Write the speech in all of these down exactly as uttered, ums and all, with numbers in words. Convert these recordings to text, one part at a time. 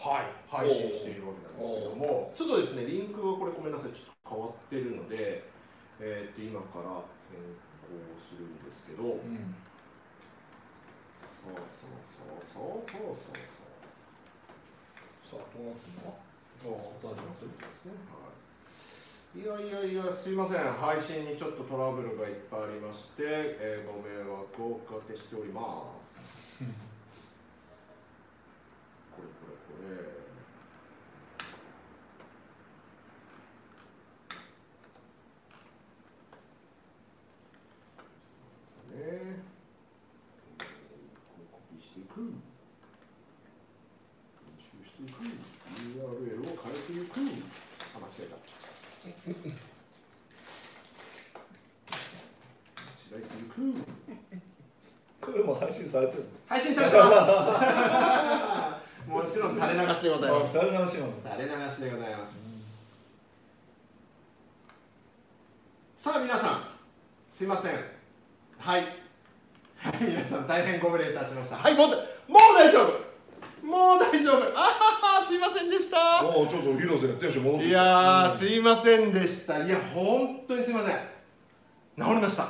はい配信しているわけなんですけども、ちょっとですねリンクがこれごめんなさいちょっと変わってるので、えー、と今から変更するんですけど、うん、そうそうそうそうそうそうそうさあどうなってんの？大丈夫ですね。はい。いやいやいやすいません、配信にちょっとトラブルがいっぱいありまして、えー、ご迷惑をおかけしておりますこれこれこれね、コピーしていく、編集していく、ユーアールエル を変えていく、あ、間違えた間違えていくこれも配信されてるの？ 配信されてますもちろん垂れ流しでございます。 垂れ流しなの？垂れ流しでございます、うん、さあ皆さんすいません、はいはい、皆さん大変ご無礼いたしました。はい、もうもう大丈夫もう大丈夫あははすいませんでした。 もうちょっと広瀬テンション戻って。 いやー、うん、すいませんでした。いや本当にすいません、治りました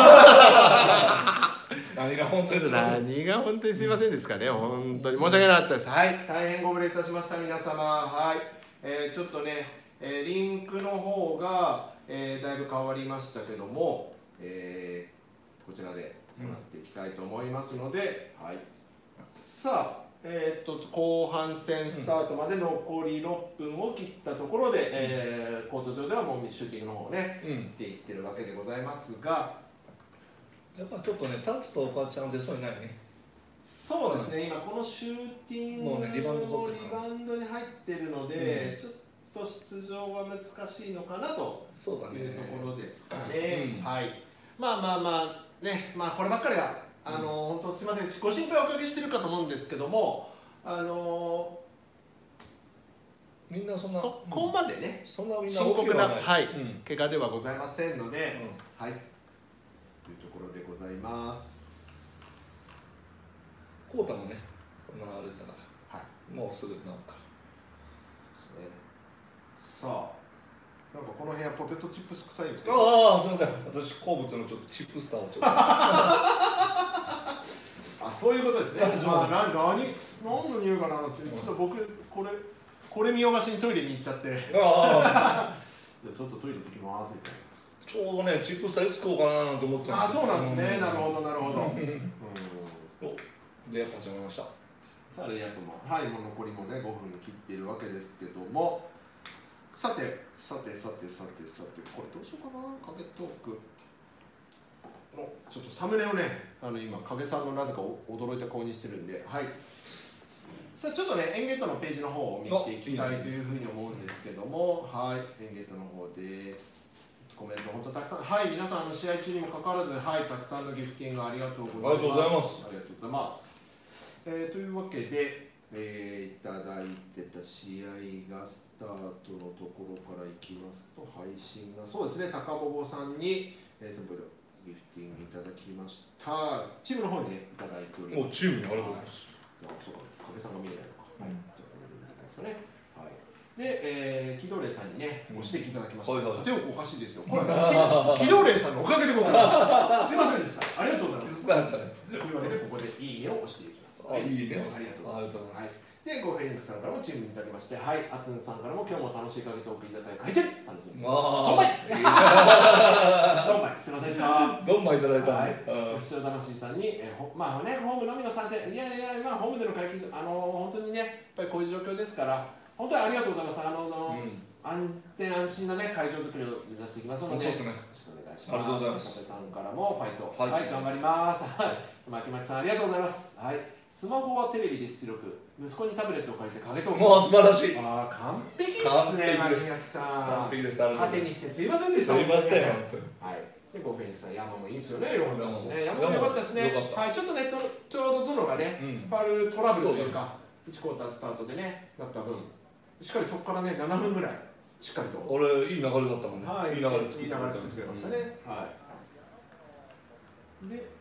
何が本当に何が本当にすいませんですかね、うん、本当に申し訳なかったです。はい、大変ご無礼いたしました皆様。はい、えー、ちょっとね、えー、リンクの方が、えー、だいぶ変わりましたけども、えー、こちらで行っていきたいと思いますので、うん、はい、さあ、えー、っと後半戦スタートまで残りろっぷんを切ったところで、うん、えー、コート上ではもうシューティングの方をね、うん、っていってるわけでございますが、 やっぱちょっとね、タツとお母ちゃん出そうにないね。 そうですね、うん、今このシューティングもリバウンドに入ってるので、うん、ちょっと出場は難しいのかなというところですかね。うん、はい。まあまあまあね、まあこればっかりはあの、うん、本当すみません、ご心配おかけしてるかと思うんですけども、あのみんなそんなそこまでね、 うん、そんなみんな深刻な、はい、 うん、 怪我ではございませんので、うん、はい。というところでございます。 コータもね、そんなあれじゃない、はい、もうすぐなんかですね。さあ、なんかこの部屋ポテトチップス臭いですけど。 ああ、すみません、私好物のちょっとチップスターをちょっとあ、そういうことですね。まあ、な何何の匂いかなって、ちょっと僕これこれ見よがしにトイレに行っちゃって、ああじゃあちょっとトイレ行ってきますみたいな。 ちょうどね、チップスターいつ食おうかなと思ってたんですよ。 あ、そうなんですね。なるほどなるほど。うん。 お、レイアップ始まりました。 さあレイアップも、はい、もう残りもねごふん切っているわけですけども、さてさてさてさてさてこれどうしようかな、影トーク。ちょっとサムネをね、あの今影さんのなぜか驚いた顔にしてるんで、はい。さあちょっとねエンゲートのページの方を見ていきたいというふうに思うんですけども、はい、エンゲートの方です。コメント本当たくさん、はい、皆さんの試合中にもかかわらず、はい、たくさんのギフティングありがとうございます。ありがとうございます。えー、というわけで、えー、いただいてた試合がスタートのところからいきますと、配信がそうですね、高ボボさんに、えー、サンプルギフティングいただきました。チームの方にねいただいております。 お、チームにありがとうございます。 あ、そうか、影さんが見えないのか。はい、じゃあこれでいいですかね。で、えー、機動霊さんにね、ご指摘いただきました。縦横おかしいですよ。これ機動霊さんのおかげでございます。すいませんでした。ありがとうございます。というわけでここでいいねを押していきます。 あ、いいね。 ありがとうございます。で、ゴーフェニックスさんからもチームにいただきまして、はい、アツンさんからも今日も楽しい影トークいただいて、書いてる。どんまい。どんまい。すいませんでした。 どんまいいただいた。 はい。吉田魂さんに、えー、まあね、ホームのみの参戦、いやいや、まあホームでの会見、あのー、本当にね、やっぱりこういう状況ですから。本当にありがとうございます。あの、うん、安全安心なね会場作りを目指していきますので、よろしくお願いします。ありがとうございます。加瀬さんからもファイト、はい、頑張ります。はい、まきまきさんありがとうございます。はい、スマホはテレビで出力、息子にタブレットを借りて影トーク。 もう素晴らしい。 ああ、完璧ですね、まきまきさん。 完璧です。 縦にしてすいませんでした。 すいません。 はい。で、ゴーフェニックスさん、山もいいですよね。よかったですね。山も良かったですね。はい、ちょっとね、ちょうどゾノがね、ファウルトラブルというか、いちクォータースタートでね、なった分。しっかりそこからねななふんぐらいしっかりと俺いい流れだったもんね。 はい、 いい流れ作ってくれましたね。はい。で、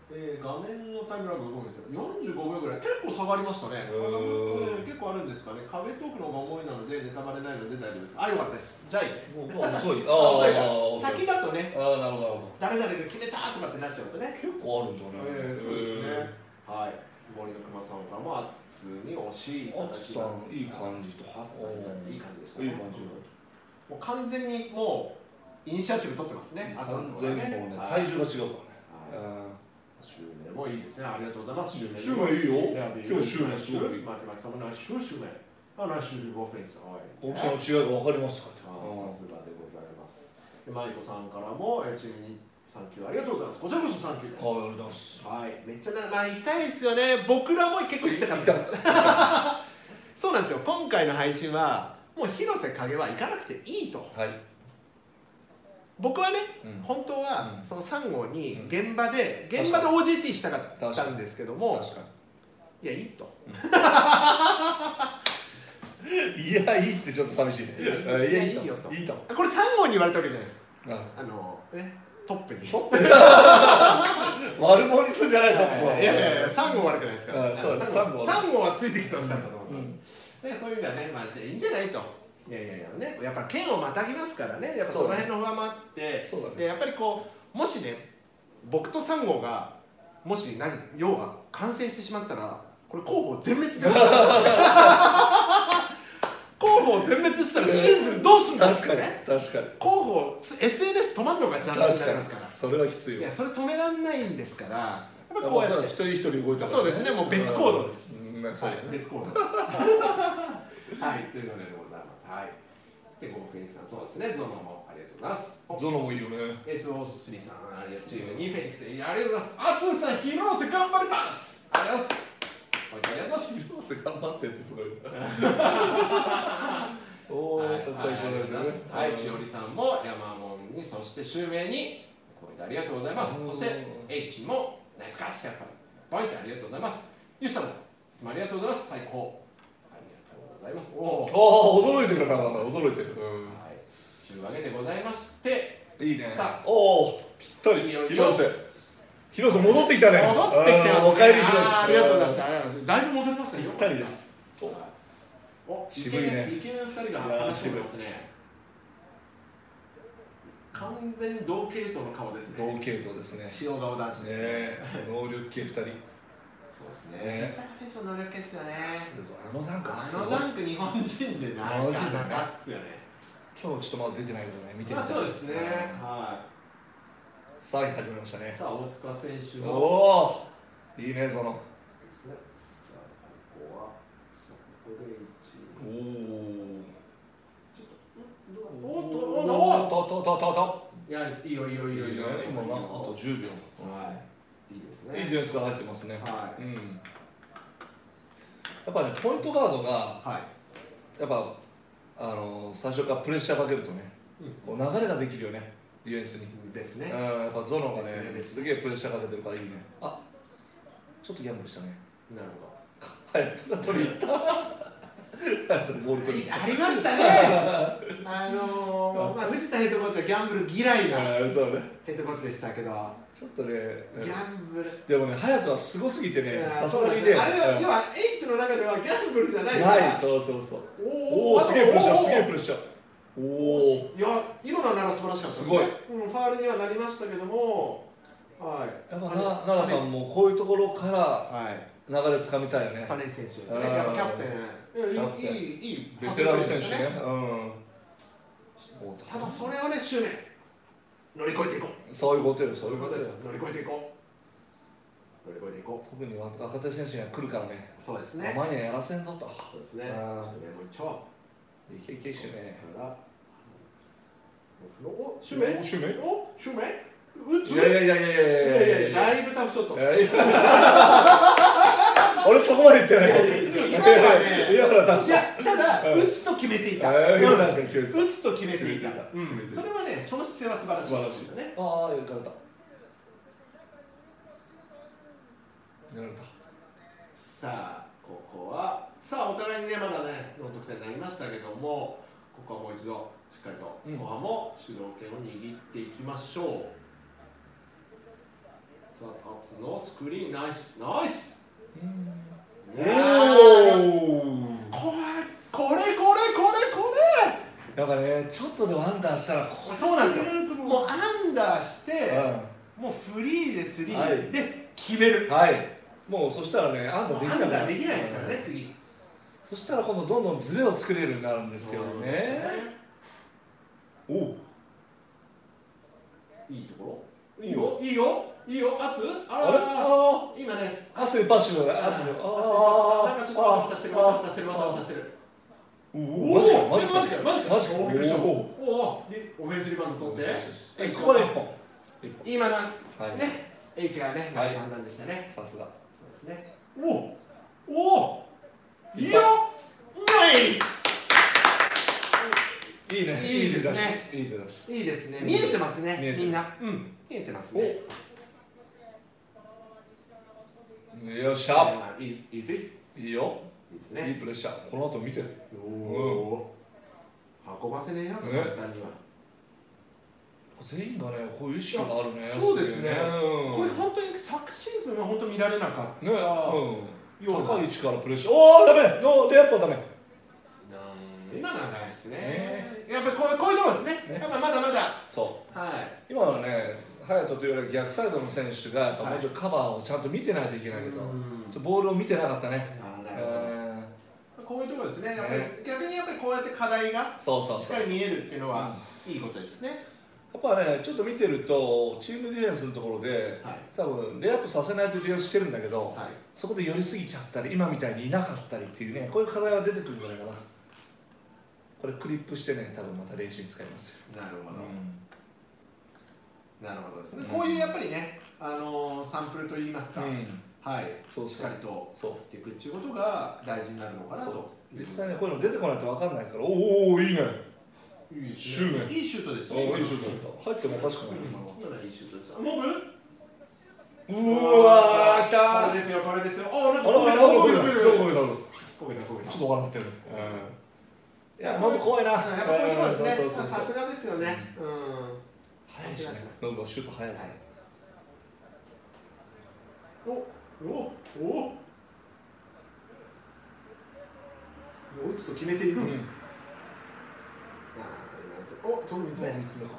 えー、画面のタイムラグが多いんですよ。よんじゅうごびょうぐらい。結構下がりましたね。これ結構あるんですかね。壁トークの方が重いなのでネタバレないので大丈夫です。あ、よかったです。じゃあいいです。 もう遅い。ああ、先だとね。 ああ、なるほど。 誰々が決めたとかってなっちゃうとね。 結構あるんだね。 えー、そうですね。はい。森の熊さんからもアッツに惜しいいただきが。 いい感じと。 アッツさんいい感じでしたね。 いい感じ。 もう完全にもうイニシアチブ取ってますね。 完全にもうね、体重が違うからね。 シュウメもいいですね。ありがとうございます。 シュウメいいよ。今日シュウメすごい。 マキマキさんもナイスシュウメ。あ、ナイスシュウメフェイス。 大きさの違いがわかりますか。 さすがでございます。マイコさんからもチームにサンキューありがとうございます。こちらこそサンキューです。 ありがとうございます。 はい、めっちゃまあ行きたいですよね。僕らも結構行きたかったです。そうなんですよ。今回の配信はもう広瀬影は行かなくていいと。はい。僕はね、うん、本当はそのさん号に現場で、うん、現場で オージーティー したかったんですけども、いやいいと、うん、 いやいいってちょっと寂しいね。いやいやいいよと。いいと。 これさん号に言われたわけじゃないですか。うん、あのねトップに。トップに悪者にするんじゃないトップは。 いやいやいやさん号悪くないですから。 さん号はついてきてほしかったと思うんです。でそういう意味ではね、まあいいんじゃないと。いやいやいやね、やっぱ県をまたぎますからね、やっぱその辺の不安もあって、ね、でやっぱりこうもしね僕とさん号がもし何要は感染してしまったらこれ候補全滅で候補全滅したらシーズンどうすんだってね。 確かに候補 エスエヌエス 止まんのがちゃんとになりますから。 それはきついよ。 いやそれ止めらんないんですから、やっぱこうやって一人一人動いたら、ね、 そうですね、もう別行動です。 うん、 はい、別行動です。はい、というのでございます。はい。で、ゴーフェニックスさん、そうですね、ゾノもありがとうございます。 ゾノもいいよね。 エツオースリーさん、ありがとう。チームにフェニックス、ありがとうございます。アツンさん、広瀬頑張ります。ありがとうございます。ありがとうございます。 広瀬頑張ってってすごい。おお、たくさんいただいてね。 はい、しおりさんも山門に、そして襲名に、これでありがとうございます。そして、H もナイスカッチ、ひゃくポイントありがとうございます。ユスさんも、いつもありがとうございます。最高。ございます。おお、驚いてるな、驚いてる。 はい。というわけでございまして、 いいね。 さあ、 おお、ぴったり。広瀬。広瀬戻ってきたね。 戻ってきてます。 お帰り広瀬。 ありがとうございます。ありがとうございます。だいぶ戻りましたよ。 ぴったりです。 お、 渋いね。 イケメン二人が話してますね。完全に同系統の顔ですね。 同系統ですね。 塩顔男子ですね。 能力系二人。 そうですね。水高選手の能力系ですよね。 あのダンク、 あのダンク日本人でなかなかっすよね。 今日ちょっとまだ出てないけどね、見てみたい。 そうですね。はい。 さあ始まりましたね。 さあ大塚選手の。 おお、いいねその。 さあここは、さあここで一。 おお。 ちょっと、おっとおっとおっとおっとおっとおっと。 いやいいよいいよいいよいいよ。 今なあとじゅうびょう。 はい。いいですね。 いいディフェンスが入ってますね。 はい。 うん。やっぱねポイントガードが、 はい、 やっぱあの最初からプレッシャーかけるとね、こう流れができるよねディフェンスに。 ですね。 うん、やっぱゾノがねすげえプレッシャーかけてるからいいね。あ、ちょっとギャンブルしたね。 なるほど。 はい、取りに行った。ボール取りありましたね。あのー、まあ藤田ヘッドコーチはギャンブル嫌いなヘッドコーチでしたけど、 ちょっとねギャンブルでもね隼人はすごすぎてね、さすがにねあれは要は H の中ではギャンブルじゃないから、そうそうそう。おお、すげえプレッシャー、すげえプレッシャー。おお、 いや今のなら素晴らしかったですね。すごい。ファールにはなりましたけども、はい。 やっぱ奈良さんもこういうところから流れつかみたいよね。 種選手ですね。やっぱキャプテン。いいいいベテラン選手ね。うん。 ただそれをね執念乗り越えていこう。 そういうことです。 そういうことです。乗り越えていこう。乗り越えていこう。 特に若手選手が来るからね。 そうですね。 お前にはやらせんぞと。 そうですね。執念も一丁。 いけいけ執念。 お、執念。 執念。 お、執念。 いやいやいやいやいやだいぶタフショット。 俺そこまで言ってない。 今のはね、いやただ打つと決めていた。打つと決めていた。それはね、その姿勢は素晴らしいですよね。 ああ、やられた。やられた。 さあ、ここはさあお互いにねまだねの得点になりましたけども、ここはもう一度しっかりと後半も主導権を握っていきましょう。 さあタツのスクリーンナイスナイス。 おお。 これこれこれこれこれ。 やっぱねちょっとでもアンダーしたらそうなんですよ。もうアンダーして、うん、もうフリーでスリーで決める。 はい。もうそしたらねアンダーできない。 アンダーできないですからね次。 そしたら今度どんどんズレを作れるようになるんですよね。おお。 いいところ。いいよいいよいいよ。圧？ああれ？あ今ね。 圧にパッシブだね。圧に。 ああ。なんかちょっとバタバタしてるバタバタしてるバタバタしてる。 おお。マジかマジかマジかマジかマジか。びっくりした。おお。オフェンスリバウンド取って。 ここで一本。 今のね H がね第三弾でしたね。 さすが。 そうですね。おおお。いいよ。ない。 いいね。 いいですね。 いいです。 いいですね。見えてますね。みんな。うん。見えてますね。 よっしゃ。 いいいいぜ。 いいよ。 いいですね。 いいプレッシャー。この後見て。 おお。運ばせねえよ。簡単には。 全員がねこういう意識があるね。 そうですね。これ本当に昨シーズンは本当見られなかった。ね。うん。 高い位置からプレッシャー。おおダメ。ノーレイアップはダメ。 今のはダメですね。やっぱりこうこういうところですね。まだまだまだ。 そう。 はい。 今のね、隼人というより逆サイドの選手がやっぱもうちょっとカバーをちゃんと見てないといけないけど、ボールを見てなかったね。 ああなるほど。こういうところですね。やっぱり逆にやっぱりこうやって課題がしっかり見えるっていうのはいいことですね。 やっぱね、ちょっと見てるとチームディフェンスのところで、はい、多分レイアップさせないとディフェンスしてるんだけど、はい、そこで寄りすぎちゃったり今みたいにいなかったりっていうね、こういう課題が出てくるんじゃないかな。これクリップしてね、多分また練習に使いますよ。 なるほど、うん、なるほどですね、うん、こういうやっぱりね、あのー、サンプルといいますか、うん、はい、そうしっかりとしていくっていうことが大事になるのかなと。 実際ね、こういうの出てこないと分かんないから、おおいいね。 いいシュート。いいシュートですね。 いいシュートだった。入っても確かに。 今のいいシュートです。モブ？ うわー、来たー。 これですよ、これですよ。あ、なんかこれだ、これだ、これだ。 これだ、これだ。 ちょっと笑ってる。いや、ノブ怖いな。 やっぱこういうとこですね。さすがですよね。うん。 早いしね。ノブはシュート早い。 お、お、お。打つと決めている。お、どのみつめ。 みつめか。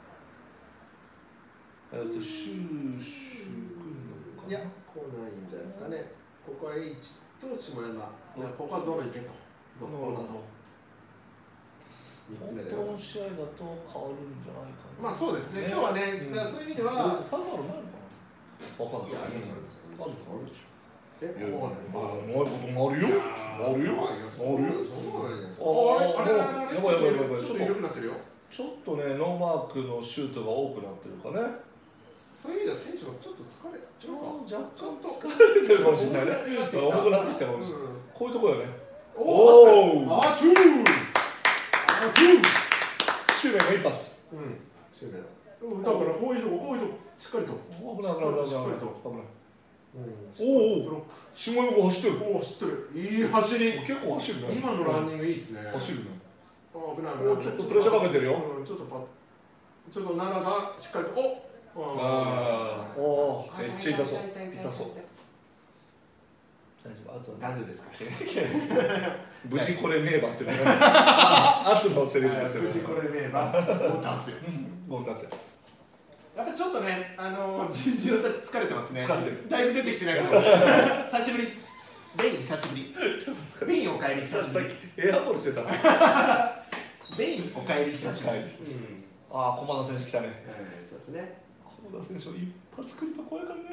えっと、シューシューくんのか。 いや、こうないんじゃないですかね。ここは H と下山。ここはゾロ行けと。ゾロだと。みっつめで。 この試合だと変わるんじゃないかな。 まあそうですね。今日はね、そういう意味では。 ファウルないのかな。わかんない。ファウル変わるでしょ。え、わかんない。ないこともあるよ。あるよ。あるよ。あれ、あれ、あれ、やばいやばいやばい。 ちょっと緩くなってるよ。 ちょっとね、ノーマークのシュートが多くなってるかね。 そういう意味では選手がちょっと疲れた。 ちょっと若干疲れてるかもしれないね。重くなってきたかもしれない。こういうところだね。 おお。あ、チュー。あ、チュー。 シューメンがいいパス。 うん。シューメン。だからこういうとこ、こういうとこ、しっかりと。 危ない危ない危ない危ない。危ない。 おお。 下山が走ってる。 おお、走ってる。いい走り。 結構走るね。 今のランニングいいですね。 走るね。 危ない危ない。 ちょっとプレッシャーかけてるよ。 ちょっとパちょっと奈良がしっかりと。おああ。おお。めっちゃ痛そう。痛そう。大丈夫。圧は大丈夫ですか。 無事これ名馬っていうのが圧のセリフですよ。 無事これ名馬。もう立つよ。 もう立つよ。 やっぱちょっとね、あのー、ジジオたち疲れてますね。 疲れてる。 だいぶ出てきてないですもんね。久しぶり。ベイン久しぶり。ベインお帰り久しぶり。 エアボールしてた。 ベインお帰り久しぶり。 ああ、駒田選手来たね。 そうですね。 駒田選手を一発来ると怖いからね。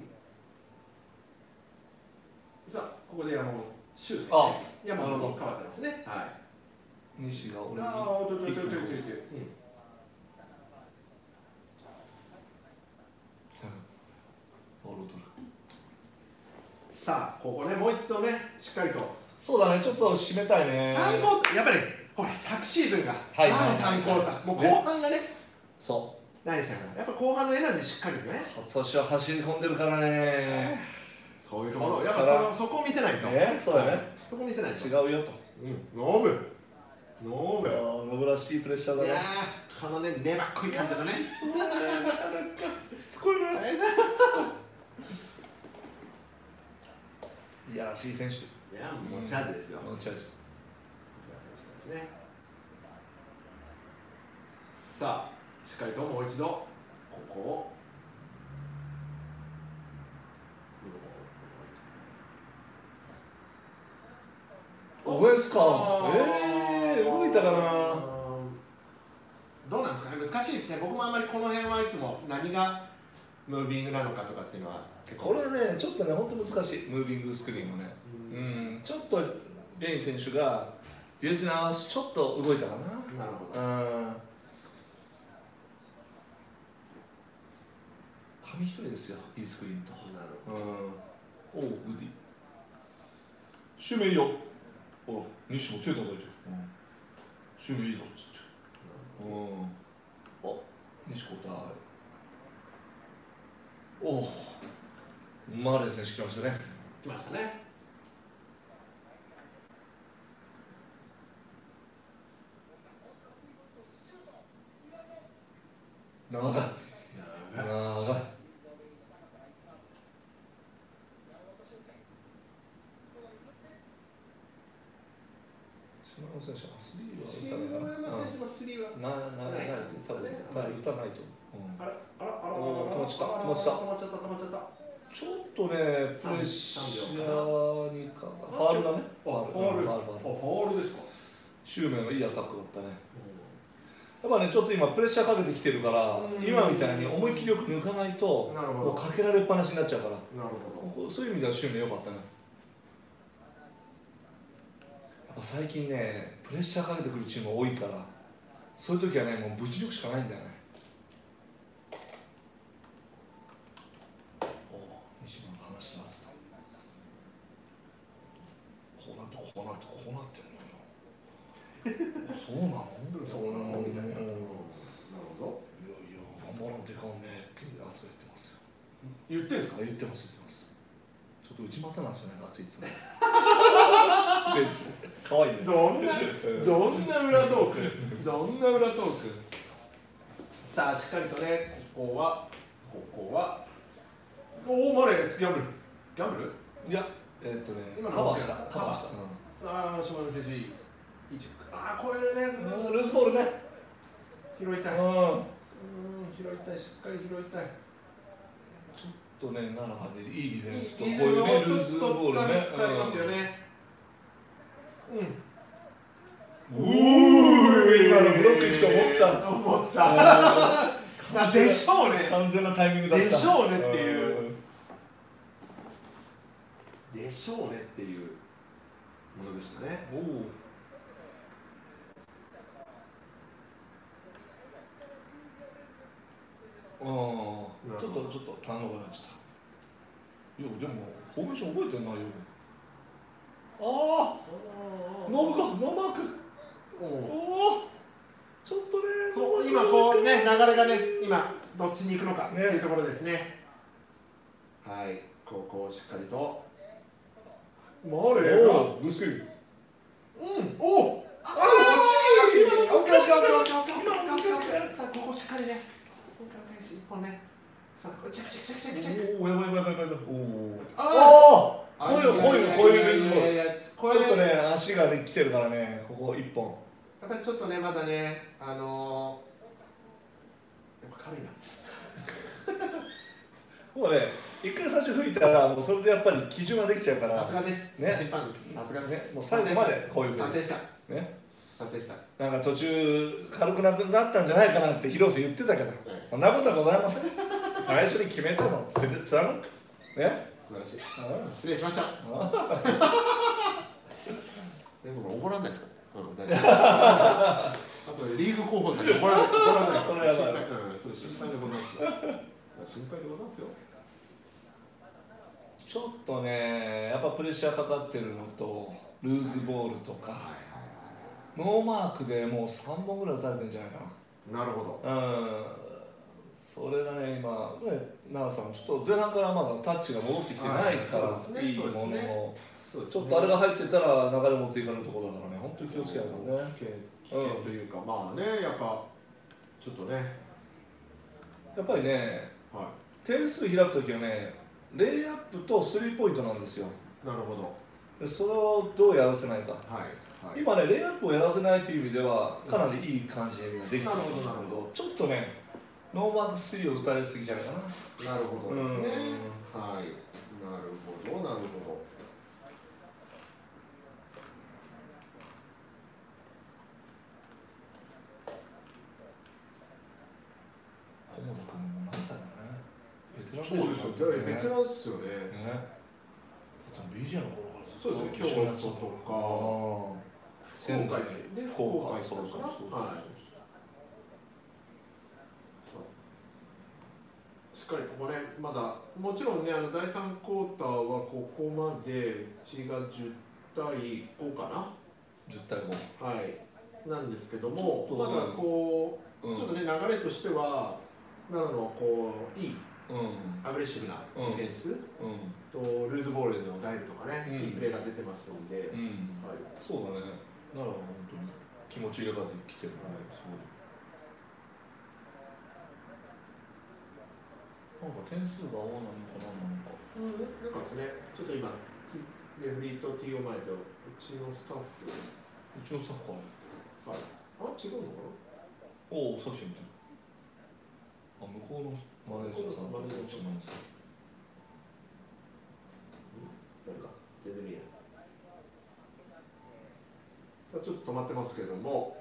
さあ、ここで山本修介。 あ、 山本に変わったんですね。はい。 西が俺に。 ああ、おとととととと。さあ、ここね、もう一度ね、しっかりと。 そうだね、ちょっと締めたいね。 さんクォーター、やっぱり、ほら、昨シーズンが、はい、あのさんクォーター、もう後半がね、 そう。 何でしたか、やっぱ後半のエナジーしっかりね。 今年は走り込んでるからね。 そういうところ、やっぱそそこを見せないと。 ね、そうだね。 そこ見せないと。 違うよと。 うん、ノブ。 ノブノブらしいプレッシャーだね。 いやー、このね、粘っこい感じのね。 そうだね、なかなかしつこいな。いやらしい選手。 いや、持ち味ですよ。 持ち味。 選手ですね。さあ、しっかりともう一度、ここを。 オフェンスか。ええー、動いたかな。 どうなんですかね、難しいですね。僕もあんまりこの辺はいつも何がムービングなのかとかっていうのは結構。 これね、ちょっとね、本当難しい、ムービングスクリーンもね。うん、うん、ちょっとレイン選手がディフェンスに合わせちょっと動いたかな。 なるほど。うん。 紙一重ですよ、いいスクリーンと。 なるほど。 うん。おう、ウディ。シュメいいよ。ほら、西も手叩いてる。うん。シュメいいぞっつって。うん。あ、西交代。おお。マレー選手来ましたね。 来ましたね。 長い。長い。長い。島野選手はスリーは打たないかな。 島野選手のスリーはな、な、ない。多分、打たないと。 あら、あら、あら、 止まっちゃった。止まっちゃった。 止まっちゃった。止まっちゃった。 ちょっとね、プレッシャーにか、ファールだね。 ファール。ファールですか。 シューメンのいいアタックだったね。やっぱね、ちょっと今プレッシャーかけてきてるから、今みたいに思い切りよく抜かないと、もうかけられっぱなしになっちゃうから。 なるほど。 そういう意味ではシューメン良かったね。やっぱ最近ね、プレッシャーかけてくるチーム多いから、そういう時はね、もう物力しかないんだよね。西村の話のやつだ。こうなってこうなってこうなってんのよ。そうなの？ そうなのみたいな。なるほど。 いやいや頑張らんといかんねっていうやつが言ってますよ。 言ってんですか？ 言ってます言ってます。ちょっと内股なんですよね、熱いつね。可愛いね。 どんなどんな裏トーク？どんな裏トーク？さあしっかりとね、ここはここは。おお、マレー、ギャンブルギャンブルいや、えー、っとね、 今のカバーした、カバーした。 うん、ああ、島野選手いい。いいチェック。ああ、これね、 ルーズボールね。 拾いたい。 うん、 うん、拾いたい、しっかり拾いたい。 ちょっとね、ななばんでいいディフェンスと、こういうね、ルーズボールね。 使いますよね。 うん。うー、今のブロックいくと思った。 思った。でしょうね。 完全なタイミングだった。 でしょうねっていう。でしょうねっていうものでしたね。 おお。ああ、ちょっとちょっとターンオーバーになっちゃった。いやでもフォーメーション覚えてんなよ。ああ、ノブか、ノーマーク。おお。ちょっとね。 そう今こうね流れがね今どっちに行くのかっていうところですね。はい、ここをしっかりと。マレーがブスクリーン。 うん、おお。ああ、惜しい。難しい。さあここしっかりね。一本ね。さあチェックチェックチェックチェックチェック。 おお、やばいやばいやばいやばい。おお。 ああ。 こういうのこういうのこういうリズム。 ちょっとね足がね来てるからね、ここ一本。 やっぱりちょっとねまだねあのー、やっぱ軽いな。 もうね一回最初吹いたらもうそれでやっぱり基準ができちゃうから。 さすがです。 ね。 審判さすがです。 ね。もう最後までこういう。 賛成した。 ね。 賛成した。 なんか途中軽くなくなったんじゃないかなって広瀬言ってたけど、そんなことはございません。最初に決めたの貫く。ね。 素晴らしい。失礼しました。え、僕怒らないですか。あとリーグ候補さんに怒らない。怒らない。 それやばい。 うん、それ心配でございます。心配でございますよ。 ちょっとね、やっぱプレッシャーかかってるのとルーズボールとか、ノーマークでもうさんぼんぐらい打たれてるんじゃないかな。なるほど。 うん。それがね今ね奈良さんちょっと前半からまだタッチが戻ってきてないから、いいものの。 ちょっとあれが入ってたら流れ持っていかれるところだからね、本当に気をつけないとね。 危険というか、うん、まあね、やっぱちょっとね、 やっぱりね、 はい、 点数開くときはね、レイアップとスリーポイントなんですよ。 なるほど。 でそれをどうやらせないか。 はいはい、 今ね、レイアップをやらせないという意味では、かなりいい感じができてるんですけど、ちょっとね、ノーマークスリーを打たれすぎじゃないかな。 なるほどですね。はい、なるほど、なるほど。 菰田君も何歳だね。ベテラン選手ですよね。ベテランですよね。 ね。ビージェー の頃からそうですね。京都とか仙台で福岡行ったそうそうそうそう。 しっかりここね、まだもちろんね、あのだいさんクォーターはここまでうちがじゅったいごかな。 じゅったいご。 はい。なんですけども、まだこう、うん、ちょっとね流れとしては奈良のこういい、うん、アグレッシブなディフェンス、うん、とルーズボールでのダイブとかね、うん、いいプレーが出てますんで、うんはい、そうだね。奈良は本当に気持ち入れができてるので、すごい。なんか点数が合わないのかな、なんか。 うん、なんかですね、ちょっと今、レフリーと ティーオー 前と、うちのスタッフ。 うちのスタッフか。 はい。あ、違うのかな。 おお、さっき見た。あ、向こうのマネージャーさんとこっちのマネージャーさん。 なんか、全然見えない。さあ、ちょっと止まってますけども。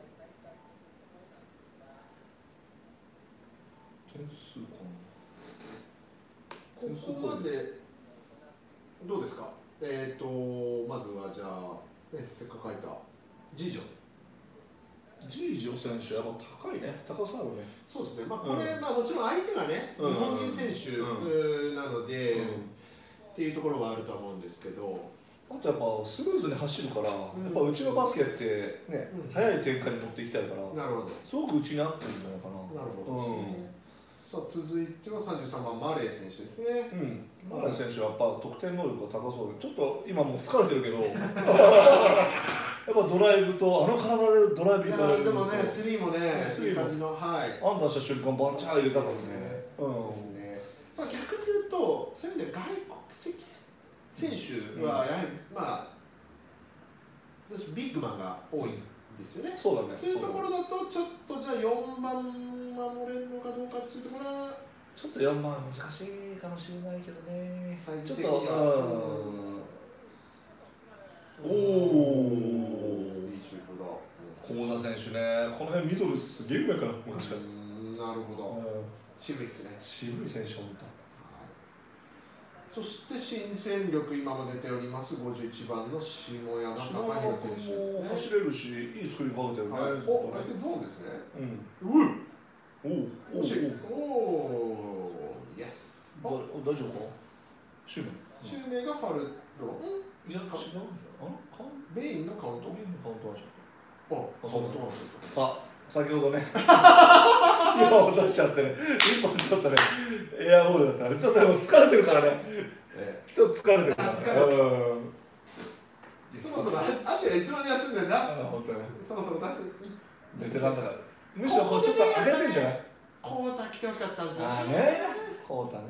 点数かな。 ここまでどうですか。えっ、ー、とまずはじゃあ、ね、せっかく書いたジージョ。 ジージョ選手はやっぱ高いね、高さあるね。 そうですね。まあこれ、うん、まあもちろん相手がね、日本人選手なので、うん、っていうところはあると思うんですけど。 あとやっぱスムーズに走るから、うん、やっぱうちのバスケってね、うん、速い展開に持っていきたいから、 なるほど。 すごくうちに合ってるんじゃないかな。 なるほどですね。うんさあ続いてはさんじゅうさんばんマレー選手ですね。 うん、マレー選手はやっぱ得点能力が高そうで、ちょっと今もう疲れてるけど、やっぱドライブとあの体でドライブいかれると。 でもね、スリーもね、いい感じの、はい。 アンダーした瞬間バンチャー入れたからね。 うん。ですね。まあ逆に言うと、そういう意味で外国籍選手はやはり、うん、まあビッグマンが多い。ですよね。 そうだね。 そういうところだとちょっとじゃあよんばん守れるのかどうかっていうところはちょっとよんばんは難しいかもしれないけどね。ちょっとおおいいシュートだ。 菰田選手ね、この辺ミドルすげえうまいから。 なるほど。渋いですね。 渋い選手本当。 そして新戦力、今も出ておりますごじゅういちばんの下山貴弘選手ですね。 走れるし、いいスクリーンかけてるね。 お、相手ゾーンですね。 うん。うおおおおイエス。 大丈夫か？シュウメイ。 シュウメイがファルド。 いや、違うんじゃん。 ベインのカウント？ ベインのカウントはちょっと。あ、カウントはちょっと。さあ。先ほどね、今落としちゃってね、一本ちょっとね、エアボールだったら、ちょっとでも疲れてるからね、ちょっと疲れてるから、 疲れてる。そろそろ、あといつまで休んでんだ。 本当ね。 そろそろ出す。 ベテランだから。むしろこうちょっと上げてんじゃない？ コータ来てほしかったんですよ。 ああね、コータね。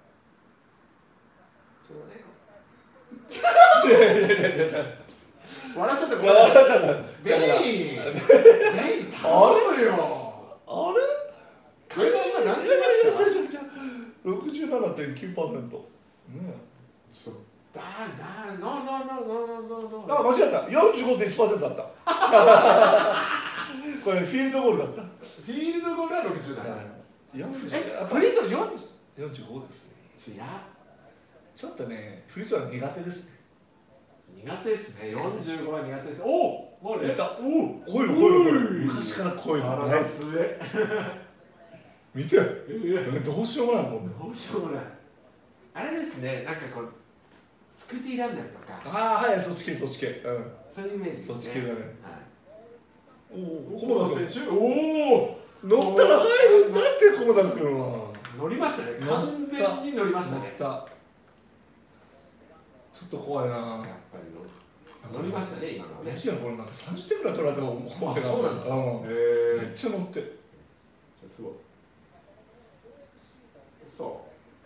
ちょっとね。いやいやいやいや。 笑っちゃって、 笑っちゃった。 ベイン、ベイン、頼むよ。 あれ？ これが今何て言いました？ 六十七点九パーセント。ね。 ちょっと、だ、だ、ノーノーノーノーノーノー。 あ、間違った。四十五点一パーセントだった。これフィールドゴールだった。 フィールドゴールは六十七。 四十。 え、フリースロー四十。 四十五ですね。 違う。 ちょっとね、フリースロー苦手ですね。 苦手ですね。よんじゅうごは苦手です。おお、 マレー。おお、こいのこいのこい。昔からこいの。 体すげ。 見て。どうしようもないもんね。 どうしようもない。あれですね、なんかこうスクーティーランダーとか。 ああ、はい、そっち系、そっち系。うん。 そういうイメージですね。 そっち系だね。はい。おお、 菰田選手。おお。 乗ったら入るんだって菰田君は。 乗りましたね。完全に乗りましたね。 乗った。 ちょっと怖いな。やっぱり乗りましたね、今のはね。 もちろんこれなんかさんじゅってんぐらい取られたら思う。 そうなんですか。 めっちゃ乗って。 すごい。そう。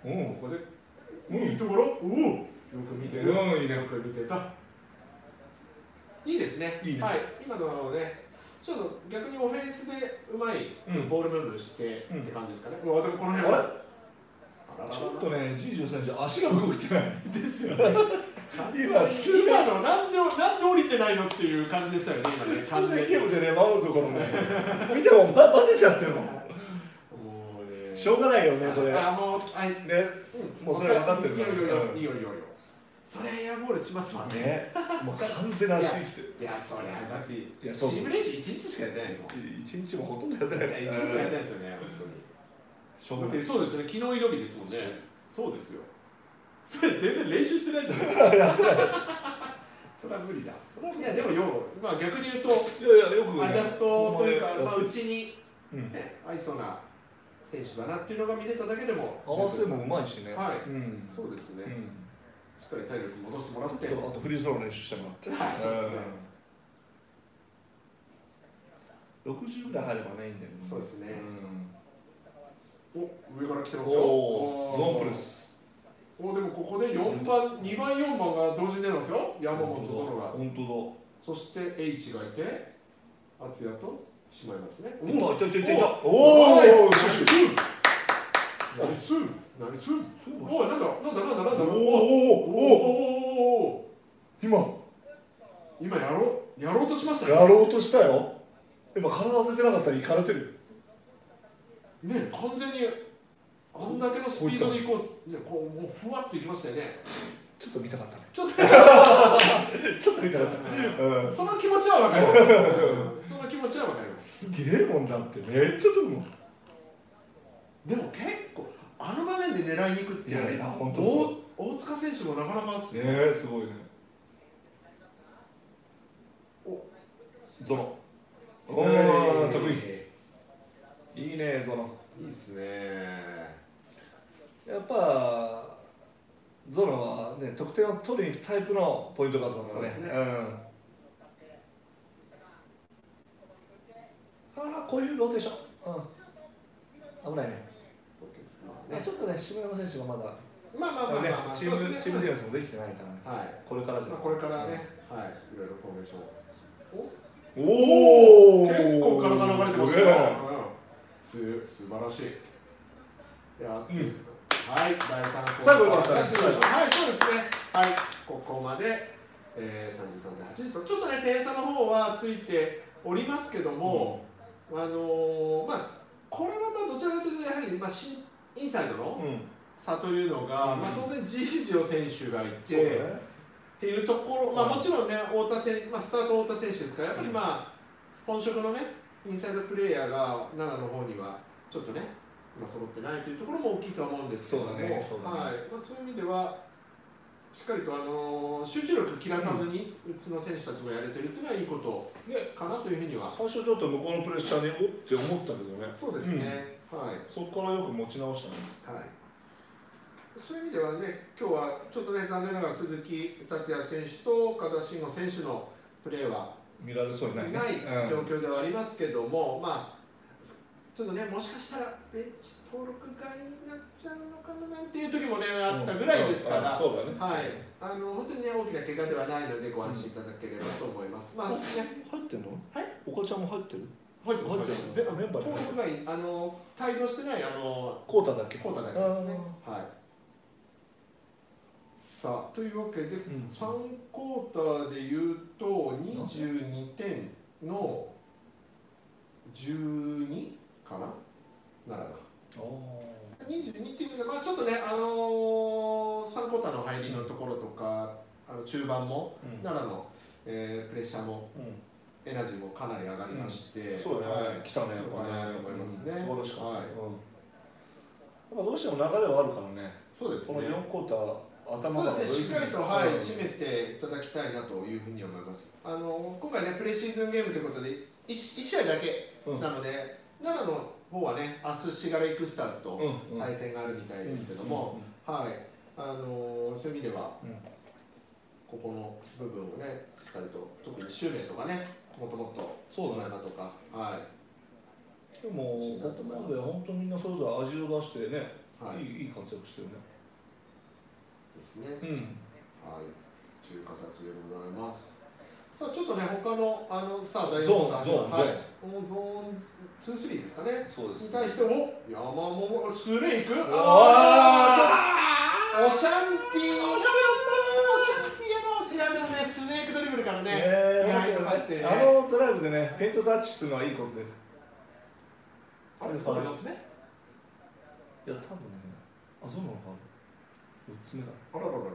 うん。 ここで。いいところ。おお。よく見てる。 うん、いいね。 よく見てた。いいですね。 いいね。 はい。今のね、ちょっと逆にオフェンスでうまいボールムーブしてって感じですかね。うん、でもこの辺は。 ちょっとね、ジージョ選手、足が動いてない。 ですよね。今、今のなんで、なんで降りてないのっていう感じでしたよね、今ね。 完全にゲームでね、守るところね。見ても、ま、バテちゃってるもん。もうね。しょうがないよね、これ。 あ、もう、はい。 ね。もうそれ分かってるから。 いいよいいよ、いいよいいよ。それエアボールしますわね。もう完全な足にきてる。 いや、そりゃ、だって、チーム練習いちにちしかやってないですもん。 いちにちもほとんどやってない。 いちにちもやってないですよね、本当に。そうですよね、昨日挑みですもんね。そうですよ。それ全然練習してないじゃないですか。それは無理だ。いやでもよ、まあ逆に言うと、 いやいやよくアジャストというか、まあうちにね、合いそうな選手だなっていうのが見れただけでも、 合わせもうまいしね。 はい。そうですね。しっかり体力戻してもらって、あとフリースロー練習してもらって。 はい、そうですね。 ろくじゅうぐらい入ればねいいんだよね。 そうですね。お、上から来てますよ。 ゾーンプレス。 お、でもここでよんばん、にばんよんばんが同時に出るんですよ。山本とのが。 本当だ。そして H がいて、敦也としまいますね。 おお、いたいたいたいた。 おお、ナイス。ナイス。ナイス。おい、なんだなんだなんだなんだ。おおおお。 今今やろうやろうとしましたね。 やろうとしたよ。今体当ててなかったらいかれてる。 ね、完全にあんだけのスピードでいこう、ね、こうもうふわっといきましたよね。 ちょっと見たかったね。 ちょっとちょっと見たかった。うん、 その気持ちはわかります。その気持ちはわかります。 すげえもんだってめっちゃ飛ぶもん。 でも結構あの場面で狙いに行くって、 いやいや本当そう。 大塚選手もなかなかすごいね。すごいね。 お、 ゾノ。おお、得意。いいね、ゾノ。 いいっすね。 やっぱゾノはね、得点を取りに行くタイプのポイントガードだからね。うん。ああ、こういうローテーション。うん。危ないね。ちょっとね、下山選手がまだ。 まあまあまあまあまあ、 チームチームディフェンスもできてないからね。はい。これからじゃ。 これからね、はい、いろいろフォーメーション。 おお。 結構体流れてましたよ。す素晴らしい。いや、うん、はい、だいさんクォーター。最後よかったね。はい、そうですね。はい、ここまで、えー、さんじゅうさんてんはちじと、ちょっとね、点差の方はついておりますけども、うん、あのー、まあ、これはまあ、どちらかというと、やはり、まあ、インサイドの差というのが、うん、まあ、当然、ジージオ選手がいて、ね、っていうところ、まあ、もちろんね、太田選手、まあ、スタート太田選手ですから、やっぱりまあ、本職のね、インサイドプレーヤーが奈良の方にはちょっとね、まあ、揃ってないというところも大きいとは思うんですけども、そういう意味ではしっかりと、あのー、集中力切らさずに、うん、うちの選手たちもやれてるっていうのはいいことかなというふうには、ね、 最初ちょっと向こうのプレッシャーにおって思ったけどね。 そうですね、うん、はい、 そこからよく持ち直したね。 はい、そういう意味ではね、今日はちょっとね、残念ながら鈴木達也選手と岡田慎吾選手のプレーは見られそうにない、ね、 ない状況ではありますけども、うん、まあちょっとね、もしかしたらベンチ登録外になっちゃうのかななんていう時もね、あったぐらいですから、 そうだね、 はい、あの本当にね、大きな怪我ではないのでご安心いただければと思います。まあ、ね、 入ってんの？ はい。 お母ちゃんも入ってる？ 入ってます。 入ってる。全部メンバー登録外、あの帯同してないあのコータだけ。 コータだけですね。はい。さあというわけで、うん、さんクォーターでいうとにじゅうにてんのじゅうにかな、奈良が。にじゅうにっていうので、まあ、ちょっとね、あのー、さんクォーターの入りのところとか、あの中盤も、うん、奈良の、えー、プレッシャーも、うん、エナジーもかなり上がりまして、うん、 そうだね、はい、来たね、やっぱね、 と思いますね。 うん、素晴らしかった。 はい、 うん、どうしても流れはあるからね、 そうですね、 このよんクォーター、頭そうですね、しっかりと、はい、締めていただきたいなというふうに思います。あの今回ね、プレシーズンゲームということで、いち試合だけなので、うん、奈良の方はね、明日シガレイクスターズと対戦があるみたいですけども、はい、あのそういう意味では、うん、 ここの部分をねしっかりと、特に周明とかね、もっともっとそうだねとか、はい。 でもここまで本当みんなそれぞれ味を出してね、 はい、 いいいい活躍してるね。 ですね。 うん。 はい。という形でございます。さあちょっとね他のあのさあ第四ゾーンゾーン、 はい、ゾーンツースリーですかね。 そうです、 ね。に対しても山桃スネーク。 あああ。オシャンティー。おしゃべろった。オシャンティーやろ。いやでもねスネークドリブルからね。 えー、あのドライブでねペイントタッチするのはいいことで。 あれ多分よっつめ？いや多分ね。あそうなのか。よっつめだ。 あららららららららら。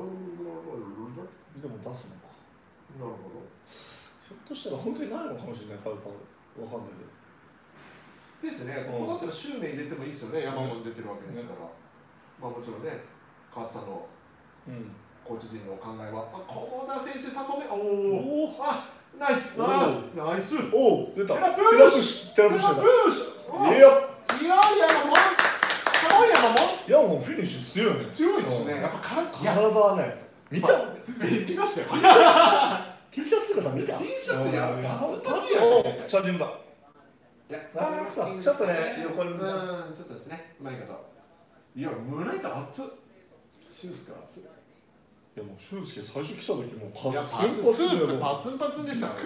でも出すのか。 なるほど。 ひょっとしたら本当にないのかもしれない、ファウルファウル。わかんないけど。 ですね、ここだったら執念入れてもいいですよね、山本出てるわけですから。ね、まあもちろんね、川津さんのコーチ陣の考えは、あ、菰田選手さんぼんめ、おお、あ、ナイス、ナイス、 おお、出た。 テラプーシュ、テラプーシュ、いや、いや、山本、かわいい山本。 山本フィニッシュ強いね。 強いですね、やっぱ体はね、見た？ 見ましたよ。 T シャツ姿見た？ T シャツや、パツパツやね。チャージングだ。 ああ、さ、 ちょっとね、横に、 うん、ちょっとですね、前方。いや、胸板熱っ。俊介熱っ。いや、もう俊介最初来た時もうパツンパツン、スーツパツンパツンでしたね。